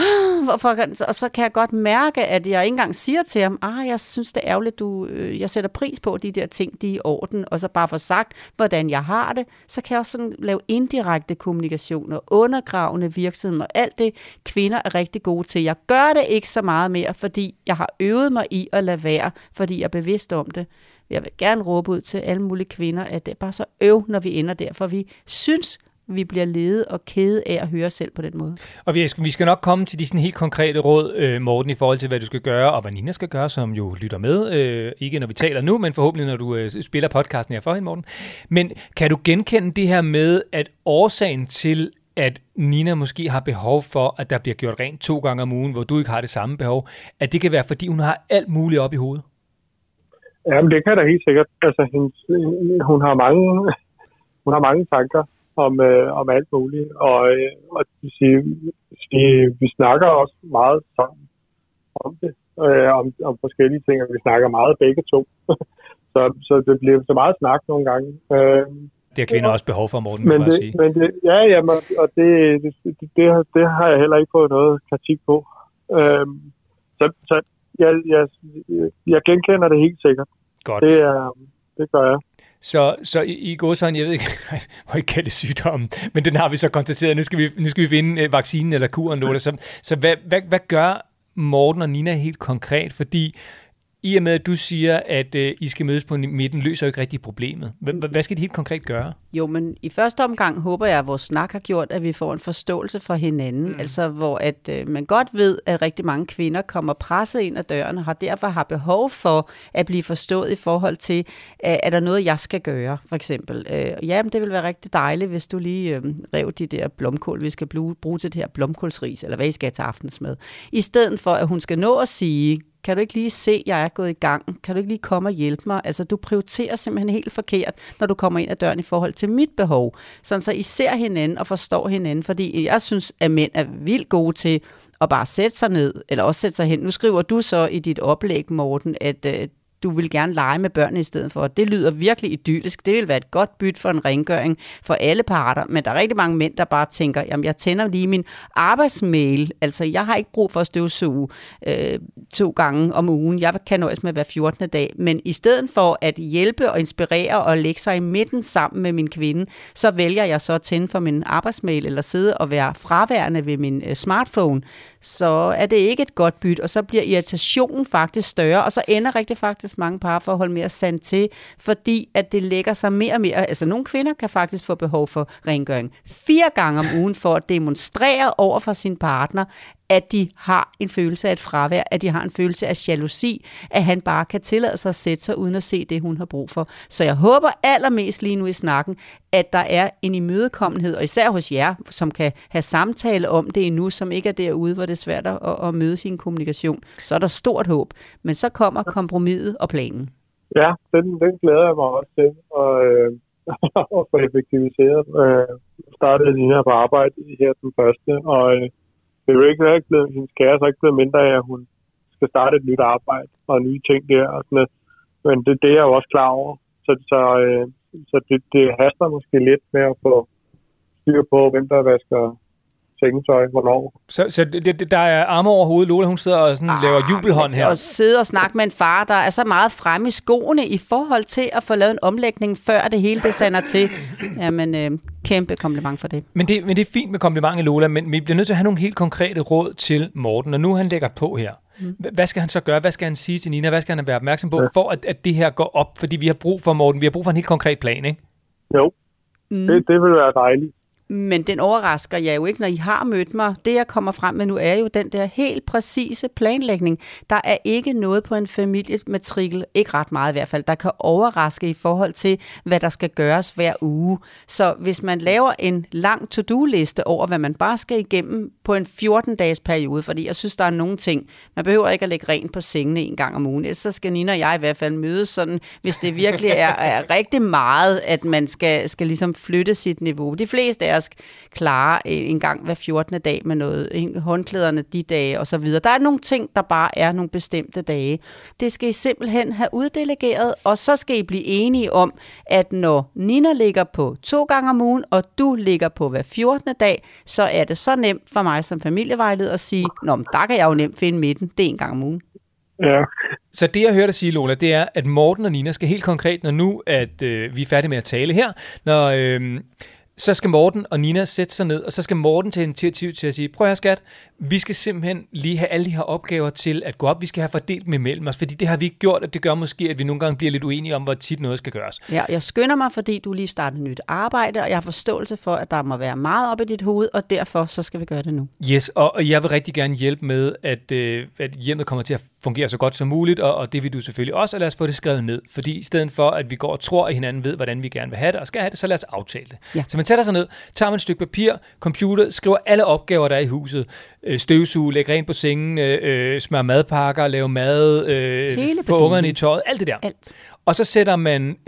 Speaker 5: og så kan jeg godt mærke, at jeg ikke engang siger til ham, jeg synes det er ærgerligt, jeg sætter pris på de der ting, de er i orden, og så bare få sagt, hvordan jeg har det, så kan jeg også sådan lave indirekte kommunikationer, undergravende virksomhed, og alt det kvinder er rigtig gode til. Jeg gør det ikke så meget mere, fordi jeg har øvet mig i at lade være, fordi jeg er bevidst om det. Jeg vil gerne råbe ud til alle mulige kvinder, at det er bare så når vi ender der, for vi synes, vi bliver ledet og kede af at høre selv på den måde. Og
Speaker 3: vi skal nok komme til de sådan helt konkrete råd, Morten, i forhold til, hvad du skal gøre, og hvad Nina skal gøre, som jo lytter med. Ikke når vi taler nu, men forhåbentlig, når du spiller podcasten her for hende, Morten. Men kan du genkende det her med, at årsagen til, at Nina måske har behov for, at der bliver gjort rent 2 gange om ugen, hvor du ikke har det samme behov, at det kan være, fordi hun har alt muligt op i hovedet?
Speaker 2: Jamen, det kan da helt sikkert. Altså, hun har mange tanker om alt muligt, og vi snakker også meget sammen om det, om forskellige ting, og vi snakker meget begge to. så det bliver så meget snak nogle gange.
Speaker 3: Det har kvinder også behov for, Morten, vil bare sige.
Speaker 2: Men og det har jeg heller ikke fået noget kritik på. Så jeg genkender det helt sikkert.
Speaker 3: Godt.
Speaker 2: Det gør jeg.
Speaker 3: Så i går sådan, jeg ved ikke, jeg må ikke kalde det sygdommen, men den har vi så konstateret. Nu skal vi finde vaccinen eller kuren. Så hvad gør Morten og Nina helt konkret? Fordi i og med, at du siger, at I skal mødes på midten, løser jo ikke rigtig problemet. Hvad skal de helt konkret gøre?
Speaker 5: Jo, men i første omgang håber jeg, at vores snak har gjort, at vi får en forståelse for hinanden. Altså, hvor at man godt ved, at rigtig mange kvinder kommer presset ind ad døren, og derfor har behov for at blive forstået i forhold til, er der noget, jeg skal gøre, for eksempel. Men det vil være rigtig dejligt, hvis du lige rev de der blomkål, vi skal bruge til det her blomkålsris, eller hvad I skal have til aftensmad. I stedet for, at hun skal nå at sige, kan du ikke lige se, jeg er gået i gang? Kan du ikke lige komme og hjælpe mig? Altså, du prioriterer simpelthen helt forkert, når du kommer ind ad døren i forhold til mit behov. Sådan så I ser hinanden og forstår hinanden, fordi jeg synes, at mænd er vildt gode til at bare sætte sig ned, eller også sætte sig hen. Nu skriver du så i dit oplæg, Morten, at du vil gerne lege med børnene i stedet for. Det lyder virkelig idyllisk. Det vil være et godt bytte for en rengøring for alle parter, men der er rigtig mange mænd, der bare tænker, jamen jeg tænder lige min arbejdsmail. Altså, jeg har ikke brug for at støvsuge 2 gange om ugen. Jeg kan nøjes med hver 14. dag. Men i stedet for at hjælpe og inspirere og lægge sig i midten sammen med min kvinde, så vælger jeg så at tænde for min arbejdsmail eller sidde og være fraværende ved min smartphone. Så er det ikke et godt bytte, og så bliver irritationen faktisk større, og så ender rigtig faktisk mange parforhold med at sande til, fordi at det lægger sig mere og mere. Altså nogle kvinder kan faktisk få behov for rengøring 4 gange om ugen for at demonstrere over for sin partner, at de har en følelse af et fravær, at de har en følelse af jalousi, at han bare kan tillade sig at sætte sig uden at se det, hun har brug for. Så jeg håber allermest lige nu i snakken, at der er en imødekommenhed, og især hos jer, som kan have samtale om det endnu, som ikke er derude, hvor det er svært at møde sin kommunikation. Så er der stort håb. Men så kommer kompromiset og planen.
Speaker 2: Ja, den glæder jeg mig også til at få effektiviseret. Startede Nina på arbejde her den første, og det er jo ikke blevet, hendes kære så ikke blevet mindre af, at hun skal starte et nyt arbejde og nye ting der og sådan noget. Men det er jeg jo også klar over. Så det haster måske lidt med at få styr på, hvem der vasker sengetøj, hvornår.
Speaker 3: Så der er arme over hovedet. Lola, hun sidder og sådan laver jubelhånd her.
Speaker 5: Og sidde og snakke med en far, der er så meget fremme i skoene i forhold til at få lavet en omlægning, før det hele det sander til. Jamen, kæmpe kompliment for det. Men
Speaker 3: det er fint med komplimenter, Lola, men vi bliver nødt til at have nogle helt konkrete råd til Morten, og nu han lægger på her. Hvad skal han så gøre? Hvad skal han sige til Nina? Hvad skal han være opmærksom på, for at det her går op? Fordi vi har brug for, Morten, vi har brug for en helt konkret plan, ikke?
Speaker 2: Jo, det vil være dejligt.
Speaker 5: Men den overrasker jeg jo ikke, når I har mødt mig. Det, jeg kommer frem med nu, er jo den der helt præcise planlægning. Der er ikke noget på en familiematrikel, ikke ret meget i hvert fald, der kan overraske i forhold til, hvad der skal gøres hver uge. Så hvis man laver en lang to-do-liste over, hvad man bare skal igennem på en 14-dages periode, fordi jeg synes, der er nogle ting, man behøver ikke at lægge rent på sengene en gang om ugen. Så skal Nina og jeg i hvert fald mødes sådan, hvis det virkelig er rigtig meget, at man skal ligesom flytte sit niveau. De fleste af os klare en gang hver 14. dag med noget, håndklæderne de dage og så videre. Der er nogle ting, der bare er nogle bestemte dage. Det skal I simpelthen have uddelegeret, og så skal I blive enige om, at når Nina ligger på 2 gange om ugen, og du ligger på hver 14. dag, så er det så nemt for mig som familievejleder at sige, nå, men der kan jeg jo nemt finde midten, det er 1 gang om ugen.
Speaker 2: Ja.
Speaker 3: Så det, jeg hørte dig sige, Lola, det er, at Morten og Nina skal helt konkret, når nu, at vi er færdige med at tale her, når så skal Morten og Nina sætte sig ned, og så skal Morten tage initiativ til at sige, prøv her skat, vi skal simpelthen lige have alle de her opgaver til at gå op. Vi skal have fordelt dem imellem os, fordi det har vi ikke gjort, og det gør måske, at vi nogle gange bliver lidt uenige om, hvor tit noget skal gøres. Ja,
Speaker 5: jeg skynder mig, fordi du lige starter nyt arbejde, og jeg har forståelse for, at der må være meget op i dit hoved, og derfor så skal vi gøre det nu.
Speaker 3: Yes, og jeg vil rigtig gerne hjælpe med, at hjemmet kommer til at fungere så godt som muligt, og det vil du selvfølgelig også, og lad os få det skrevet ned. Fordi i stedet for, at vi går og tror, at hinanden ved, hvordan vi gerne vil have det, og skal have det, så lad os aftale det. Ja. Så man sætter sig ned, tager man et stykke papir, computer, skriver alle opgaver, der er i huset, støvsuge, lægge rent på sengen, smøre madpakker, lave mad, få ungerne i tøjet, alt det der. Alt. Og så sætter man,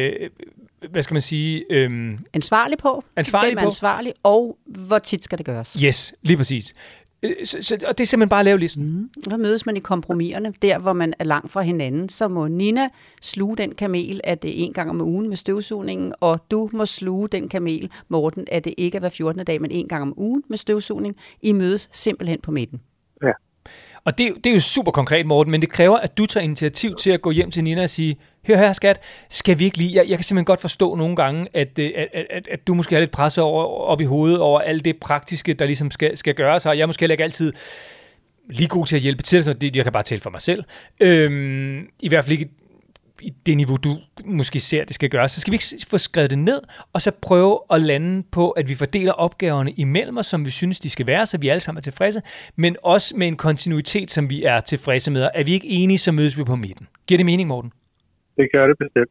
Speaker 3: hvad skal man sige?
Speaker 5: Ansvarlig på. Hvem er ansvarlig, og hvor tit skal det gøres?
Speaker 3: Yes, lige præcis. Og det er simpelthen bare at lave listen.
Speaker 5: Så mødes man i kompromiserne, der hvor man er langt fra hinanden. Så må Nina sluge den kamel, at det er 1 gang om ugen med støvsugningen, og du må sluge den kamel, Morten, at det ikke er hver 14. dag, men 1 gang om ugen med støvsugning. I mødes simpelthen på midten.
Speaker 2: Ja.
Speaker 3: Og det er jo super konkret, Morten, men det kræver, at du tager initiativ til at gå hjem til Nina og sige, hør her, skat, skal vi ikke lige... Jeg kan simpelthen godt forstå nogle gange, at du måske har lidt presset op i hovedet over alt det praktiske, der ligesom skal gøres, og jeg er måske heller ikke altid lige god til at hjælpe til, så jeg kan bare tale for mig selv. I hvert fald ikke i det niveau, du måske ser, det skal gøres. Så skal vi ikke få skrevet det ned, og så prøve at lande på, at vi fordeler opgaverne imellem os, som vi synes, de skal være, så vi alle sammen er tilfredse, men også med en kontinuitet, som vi er tilfredse med. Er vi ikke enige, så mødes vi på midten. Giver det mening, Morten?
Speaker 2: Det gør det bestemt.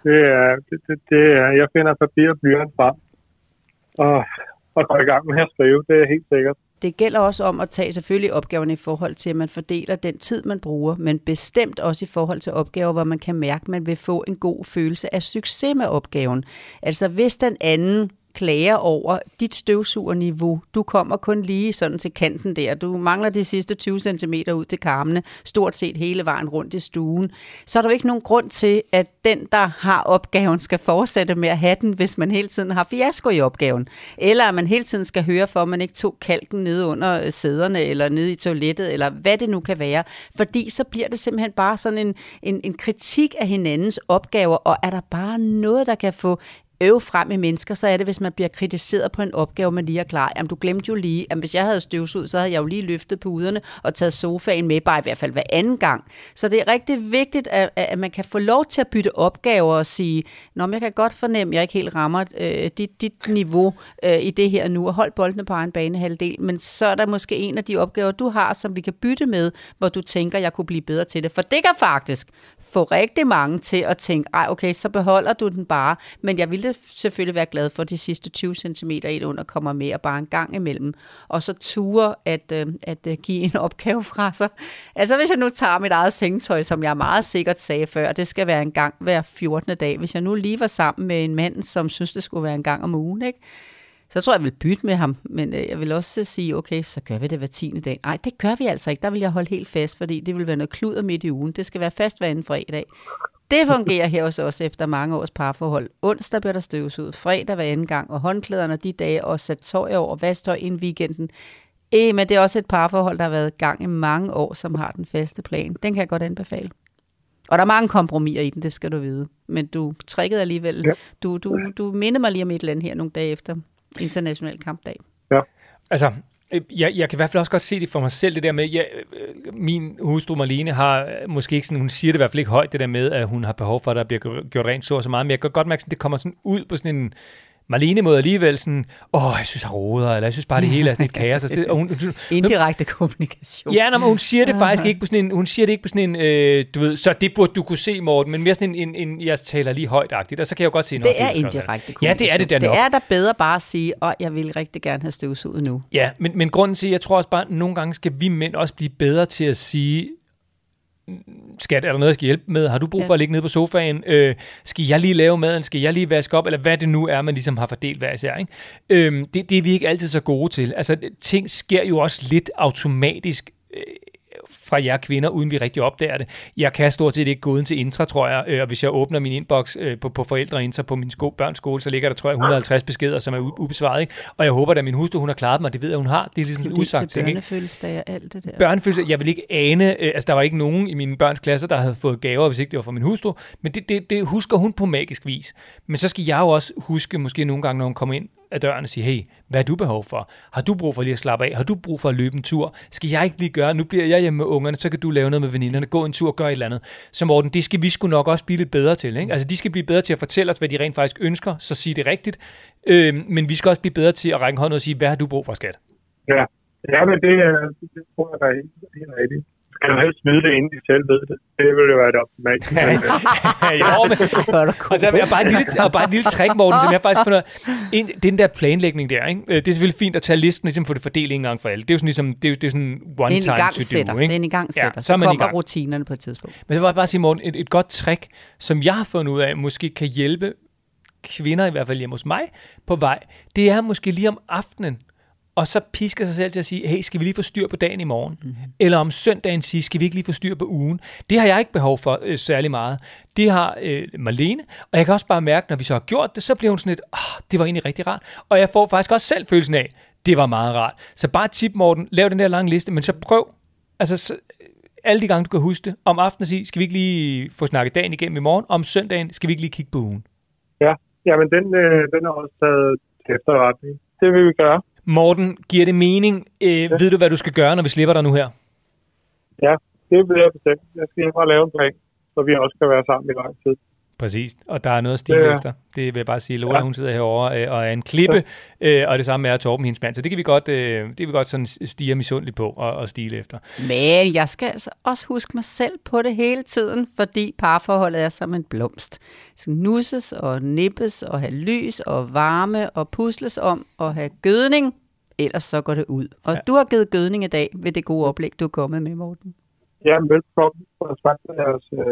Speaker 2: Jeg finder papir og blyant frem, og går i gang med at skrive, det er helt sikkert.
Speaker 5: Det gælder også om at tage selvfølgelig opgaverne i forhold til, at man fordeler den tid, man bruger, men bestemt også i forhold til opgaver, hvor man kan mærke, at man vil få en god følelse af succes med opgaven. Altså hvis den anden klager over dit støvsugerniveau. Du kommer kun lige sådan til kanten der. Du mangler de sidste 20 cm ud til karmene, stort set hele vejen rundt i stuen. Så er der jo ikke nogen grund til, at den, der har opgaven, skal fortsætte med at have den, hvis man hele tiden har fiasko i opgaven. Eller at man hele tiden skal høre for, at man ikke tog kalken nede under sæderne, eller nede i toilettet, eller hvad det nu kan være. Fordi så bliver det simpelthen bare sådan en kritik af hinandens opgaver, og er der bare noget, der kan få frem i mennesker, så er det, hvis man bliver kritiseret på en opgave, man lige er klar. Jamen, du glemte jo lige, at hvis jeg havde støvsuget, så havde jeg jo lige løftet puderne og taget sofaen med, bare i hvert fald hver anden gang. Så det er rigtig vigtigt, at man kan få lov til at bytte opgaver og sige, nå, men jeg kan godt fornemme, at jeg ikke helt rammer dit niveau i det her nu, og hold boldene på egen banehalvdel, men så er der måske en af de opgaver, du har, som vi kan bytte med, hvor du tænker, jeg kunne blive bedre til det. For det kan faktisk få rigtig mange til at tænke, okay, så beholder du den bare, men jeg ville selvfølgelig være glad for, de sidste 20 cm ind under kommer med, og bare en gang imellem. Og så ture at give en opgave fra sig. Altså hvis jeg nu tager mit eget sengetøj, som jeg meget sikkert sagde før, det skal være en gang hver 14. dag. Hvis jeg nu lige var sammen med en mand, som synes, det skulle være en gang om ugen, ikke? Så tror jeg, jeg vil bytte med ham. Men jeg vil også sige, okay, så gør vi det hver 10. dag. Nej, det gør vi altså ikke. Der vil jeg holde helt fast, fordi det vil være noget kludder midt i ugen. Det skal være fast hver anden fredag. Det fungerer her hos os efter mange års parforhold. Onsdag bliver der støvsuget, fredag hver anden gang, og håndklæderne de dage, og sat tøj over, vasktøj inden weekenden. Men det er også et parforhold, der har været i gang i mange år, som har den faste plan. Den kan jeg godt anbefale. Og der er mange kompromiser i den, det skal du vide. Men du trikkede alligevel. Ja. Du mindede mig lige om et eller andet her nogle dage efter international kampdag.
Speaker 2: Ja.
Speaker 3: Altså, jeg kan i hvert fald også godt se det for mig selv, det der med, min hustru Marlene har måske ikke sådan, hun siger det i hvert fald ikke højt, det der med, at hun har behov for, at der bliver gjort rent så meget, men jeg kan godt mærke, at det kommer sådan ud på sådan en Marlene-måde alligevel sådan, jeg synes, jeg roder, eller jeg synes bare, det hele er sådan et kaos. Og hun,
Speaker 5: indirekte kommunikation.
Speaker 3: Ja, men hun siger det faktisk ikke på sådan en, du ved, så det burde du kunne se, Morten, men mere sådan en jeg taler lige højt-agtigt, og så kan jeg jo godt se noget.
Speaker 5: Det er indirekte kommunikation.
Speaker 3: Ja, det er det der nok.
Speaker 5: Det er der bedre bare at sige, jeg vil rigtig gerne have støvsuget nu.
Speaker 3: Ja, men grunden til, jeg tror også bare, nogle gange skal vi mænd også blive bedre til at sige, skat, er der noget, jeg skal hjælpe med? Har du brug for at ligge nede på sofaen? Skal jeg lige lave maden? Skal jeg lige vaske op? Eller hvad det nu er, man ligesom har fordelt hver især, ikke? Det er vi ikke altid så gode til. Altså, ting sker jo også lidt automatisk fra jer kvinder, uden vi rigtig opdager det. Jeg kan stort set ikke gå uden til Intra, tror jeg, og hvis jeg åbner min inbox på forældre-Intra på min børns skole, så ligger der, tror jeg, 150 beskeder, som er ubesvaret, ikke? Og jeg håber, at min hustru, hun har klaret mig, og det ved jeg, hun har. Det er ligesom en usagt ting, ikke?
Speaker 5: Børnefødselsdag og alt det der.
Speaker 3: Børnefødselsdag, jeg vil ikke ane, altså der var ikke nogen i mine børns klasser, der havde fået gaver, hvis ikke det var fra min hustru, men det husker hun på magisk vis. Men så skal jeg jo også huske, måske nogle gange, når hun kommer ind af døren og sige, hey, hvad har du behov for? Har du brug for lige at slappe af? Har du brug for at løbe en tur? Skal jeg ikke lige gøre? Nu bliver jeg hjemme med ungerne, så kan du lave noget med veninderne, gå en tur, gøre et eller andet. Så Morten, det skal vi sgu nok også blive lidt bedre til, ikke? Altså, de skal blive bedre til at fortælle os, hvad de rent faktisk ønsker, så sige det rigtigt. Men vi skal også blive bedre til at række hånden og sige, hvad har du brug for, skat?
Speaker 2: Ja, men det tror jeg, der er helt rigtigt. Skal du helst vide det, inden de selv ved det? Det vil jo være det optimalt.
Speaker 3: Altså, bare et lille trick, Morten, som jeg faktisk finder. Den der planlægning der, ikke? Det er selvfølgelig fint at tage listen, ligesom for det fordele en gang for alle. Det er jo sådan ligesom, det er sådan one time to do, ikke?
Speaker 5: Det er en igangsætter. Så kommer rutinerne på et tidspunkt.
Speaker 3: Men så vil jeg bare sige, Morten, et godt trick, som jeg har fundet ud af, måske kan hjælpe kvinder, i hvert fald hjemme hos mig, på vej, det er måske lige om aftenen, og så pisker sig selv til at sige, hey, skal vi lige få styr på dagen i morgen? Mm-hmm. Eller om søndagen sige, skal vi ikke lige få styr på ugen? Det har jeg ikke behov for særlig meget. Det har Marlene, og jeg kan også bare mærke, når vi så har gjort det, så bliver hun sådan lidt, det var egentlig rigtig rart. Og jeg får faktisk også selv følelsen af, det var meget rart. Så bare tip, Morten, lav den der lange liste, men så prøv, altså alle de gange, du kan huske det, om aftenen at sige, skal vi ikke lige få snakket dagen igennem i morgen? Om søndagen, skal vi ikke lige kigge på ugen?
Speaker 2: Ja, men den er også taget til efterretning. Det vil vi gøre.
Speaker 3: Morten, giver det mening? Ved du, hvad du skal gøre, når vi slipper dig nu her?
Speaker 2: Ja, det vil jeg bestemt. Jeg skal hjem og lave en plan, så vi også kan være sammen i lang tid.
Speaker 3: Præcis, og der er noget at stile efter. Det vil jeg bare sige. Lola, hun sidder herovre og er en klippe, og det samme er Torben, hendes mand. Så det kan vi godt sådan stige misundeligt på og stile efter.
Speaker 5: Men jeg skal altså også huske mig selv på det hele tiden, fordi parforholdet er som en blomst. Det skal nusses og nippes og have lys og varme og pusles om og have gødning, ellers så går det ud. Og du har givet gødning i dag ved det gode oplæg, du er kommet med, Morten.
Speaker 2: Ja, velkommen. Og tak for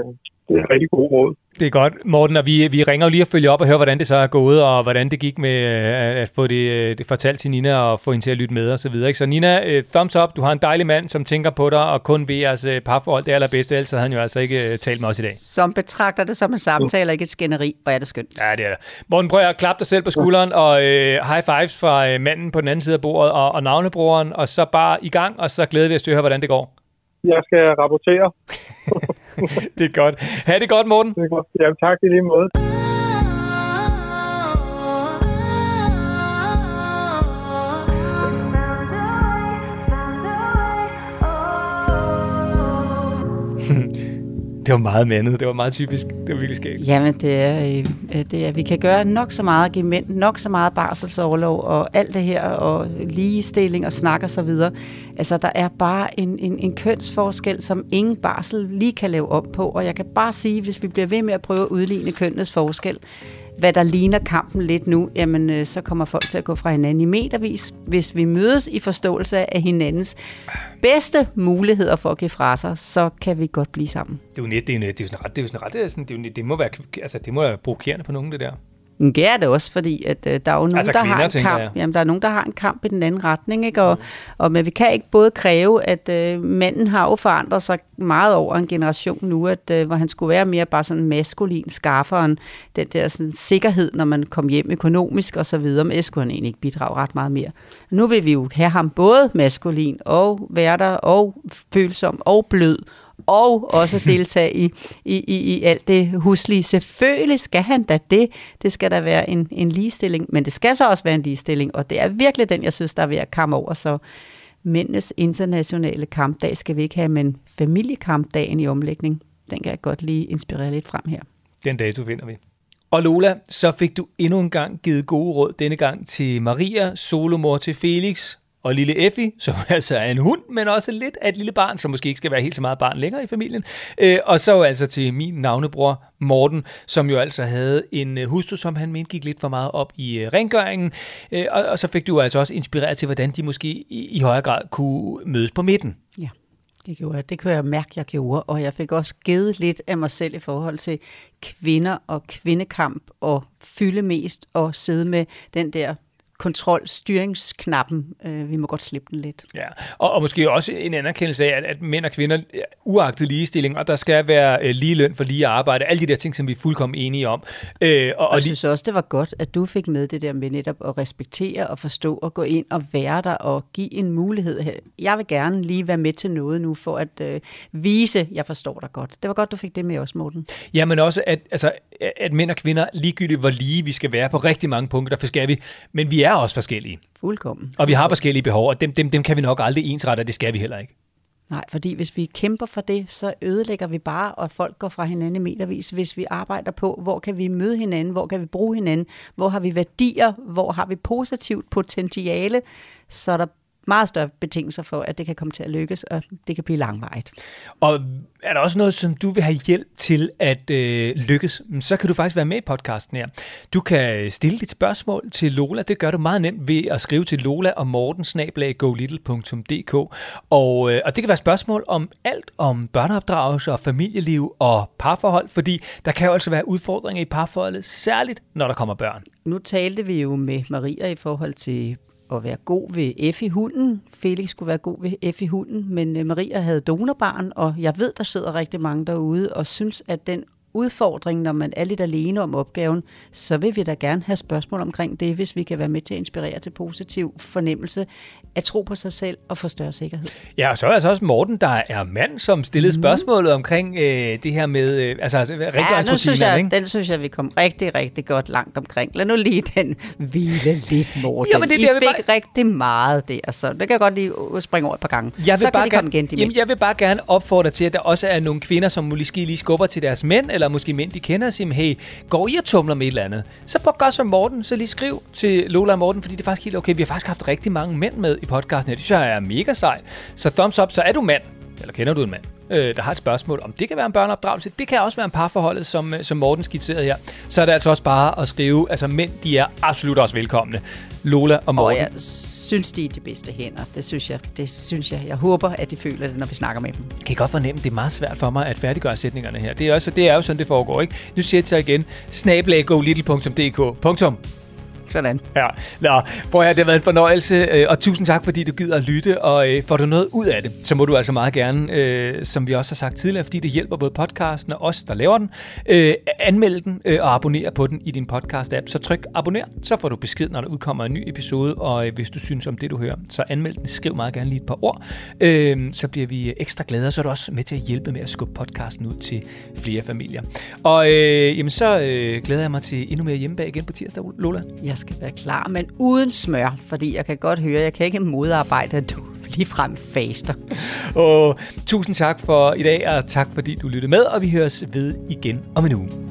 Speaker 2: det er rigtig god råd.
Speaker 3: Det er godt, Morten, og vi ringer jo lige og følger op og hører, hvordan det så er gået, og hvordan det gik med at få det fortalt til Nina og få hende til at lytte med og så videre. Så Nina, thumbs up, du har en dejlig mand, som tænker på dig og kun ved jeres parforhold det allerbedste, ellers havde han jo altså ikke talt med os i dag.
Speaker 5: Som betragter det som en samtale, ikke et skænderi, hvor er det skønt.
Speaker 3: Ja, det er det. Morten, prøv at klappe dig selv på skulderen, og high fives fra manden på den anden side af bordet og navnebroren, og så bare i gang, og så glæder vi os til at høre, hvordan det går.
Speaker 2: Jeg skal rapportere.
Speaker 3: Det er godt. Ha' det godt, Morten.
Speaker 2: Det er godt. Jamen, tak i lige måde.
Speaker 3: Det var meget mandet. Det var meget typisk. Det var virkelig skægt.
Speaker 5: Jamen, det er, vi kan gøre nok så meget, give mænd nok så meget barselsorlov og alt det her, og ligestilling og snak og så videre. Altså, der er bare en kønsforskel, som ingen barsel lige kan lave op på, og jeg kan bare sige, hvis vi bliver ved med at prøve at udligne kønnenes forskel, hvad der ligner kampen lidt nu, jamen så kommer folk til at gå fra hinanden i metervis. Hvis vi mødes i forståelse af hinandens bedste muligheder for at give fra sig, så kan vi godt blive sammen.
Speaker 3: Det må være, altså det må være provokerende på nogen, det der.
Speaker 5: Det er det også, fordi at der er jo nogen,
Speaker 3: altså,
Speaker 5: der har en kamp. Jamen, der er nogen, der har en kamp i den anden retning, ikke? Men vi kan ikke både kræve, at manden har jo forandret sig meget over en generation nu, at hvor han skulle være mere bare sådan maskulin, skafferen, den der sådan sikkerhed, når man kom hjem økonomisk og så videre, men skulle han egentlig ikke bidrage ret meget mere. Nu vil vi jo have ham både maskulin og værter og følsom og blød, og også deltage i alt det huslige. Selvfølgelig skal han da det. Det skal da være en ligestilling, men det skal så også være en ligestilling, og det er virkelig den, jeg synes, der er ved at komme over. Så mændenes internationale kampdag skal vi ikke have, men familiekampdagen i omlægning, den kan jeg godt lige inspirere lidt frem her.
Speaker 3: Den dato finder vi. Og Lola, så fik du endnu en gang givet gode råd, denne gang til Maria, solomor til Felix, og lille Effie, som altså er en hund, men også lidt af et lille barn, som måske ikke skal være helt så meget barn længere i familien. Og så altså til min navnebror Morten, som jo altså havde en hustru, som han mente gik lidt for meget op i rengøringen. Og så fik du altså også inspireret til, hvordan de måske i højere grad kunne mødes på midten.
Speaker 5: Ja, det gjorde jeg. Det kunne jeg mærke, jeg gjorde. Og jeg fik også givet lidt af mig selv i forhold til kvinder og kvindekamp og fylde mest og sidde med den der kontrolstyringsknappen. Vi må godt slippe den lidt.
Speaker 3: Ja, og måske også en anerkendelse af, at mænd og kvinder uagtet ligestilling, og der skal være lige løn for lige arbejde, alle de der ting, som vi er fuldkommen enige om.
Speaker 5: Og jeg synes også, det var godt, at du fik med det der med netop at respektere og forstå og gå ind og være der og give en mulighed. Jeg vil gerne lige være med til noget nu, for at vise, jeg forstår dig godt. Det var godt, du fik det med også, Morten.
Speaker 3: Ja, men også, at mænd og kvinder ligegyldigt, hvor lige vi skal være på rigtig mange punkter, derfor skal vi, men vi er også forskellige.
Speaker 5: Fuldkommen.
Speaker 3: Og vi har forskellige behov, og dem kan vi nok aldrig ensrette, og det skal vi heller ikke.
Speaker 5: Nej, fordi hvis vi kæmper for det, så ødelægger vi bare, og folk går fra hinanden i metervis. Hvis vi arbejder på, hvor kan vi møde hinanden, hvor kan vi bruge hinanden, hvor har vi værdier, hvor har vi positivt potentiale, så er der meget større betingelser for, at det kan komme til at lykkes, og det kan blive langvarigt.
Speaker 3: Og er der også noget, som du vil have hjælp til at lykkes, så kan du faktisk være med i podcasten her. Du kan stille dit spørgsmål til Lola. Det gør du meget nemt ved at skrive til Lola og morten@golittle.dk. Og det kan være spørgsmål om alt om børneopdragelse og familieliv og parforhold, fordi der kan jo altså være udfordringer i parforholdet, særligt når der kommer børn.
Speaker 5: Nu talte vi jo med Maria i forhold til at være god ved Effie-hunden. Felix skulle være god ved Effie-hunden, men Maria havde donorbarn, og jeg ved, der sidder rigtig mange derude og synes, at den udfordring, når man er lidt alene om opgaven, så vil vi da gerne have spørgsmål omkring det, hvis vi kan være med til at inspirere til positiv fornemmelse, at tro på sig selv og få større sikkerhed.
Speaker 3: Ja, og så er altså også Morten, der er mand, som stillede spørgsmålet omkring det her med rengøringsrutiner, ikke? Den
Speaker 5: synes jeg, vi kom rigtig, rigtig godt langt omkring. Lad nu lige den hvile lidt, Morten.
Speaker 3: Jo, men
Speaker 5: I fik rigtig meget der, så det kan jeg godt lige springe over et par gange. Så kan de komme igen.
Speaker 3: Jeg vil bare gerne opfordre til, at der også er nogle kvinder, som måske lige skubber til deres mænd, eller måske mænd, de kender, og siger, hey, går I og tumler med et eller andet? Så prøv at gøre som Morten, så lige skriv til Lola og Morten, fordi det er faktisk helt okay. Vi har faktisk haft rigtig mange mænd med i podcasten her. Det synes jeg er mega sejt. Så thumbs up, så er du mand. eller kender du en mand, der har et spørgsmål, om det kan være en børneopdragelse, det kan også være en parforholdet, som Morten skitserede her, så er det altså også bare at skrive, altså mænd, de er absolut også velkomne. Lola og Morten.
Speaker 5: Og jeg synes, de er de bedste hænder. Det synes jeg. Jeg håber, at de føler det, når vi snakker med dem.
Speaker 3: Kan I godt fornemme, det er meget svært for mig at færdiggøre sætningerne her. Det er jo sådan, det foregår, ikke? Nu siger jeg til jer igen, @golittle.dk. Punktum.
Speaker 5: Sådan.
Speaker 3: Ja, prøv at høre, det har været en fornøjelse, og tusind tak, fordi du gider at lytte, og får du noget ud af det, så må du altså meget gerne, som vi også har sagt tidligere, fordi det hjælper både podcasten og os, der laver den, anmelde den og abonnere på den i din podcast-app. Så tryk abonner, så får du besked, når der udkommer en ny episode, og hvis du synes om det, du hører, så anmeld den, skriv meget gerne lige et par ord, så bliver vi ekstra glade, og så er du også med til at hjælpe med at skubbe podcasten ud til flere familier. Og jamen, så glæder jeg mig til endnu mere hjemmebag igen på tirsdag, Lola.
Speaker 5: Jeg skal være klar, men uden smør, fordi jeg kan godt høre, jeg kan ikke modarbejde, at du ligefrem faster.
Speaker 3: Tusind tak for i dag, og tak fordi du lyttede med, og vi høres ved igen om en uge.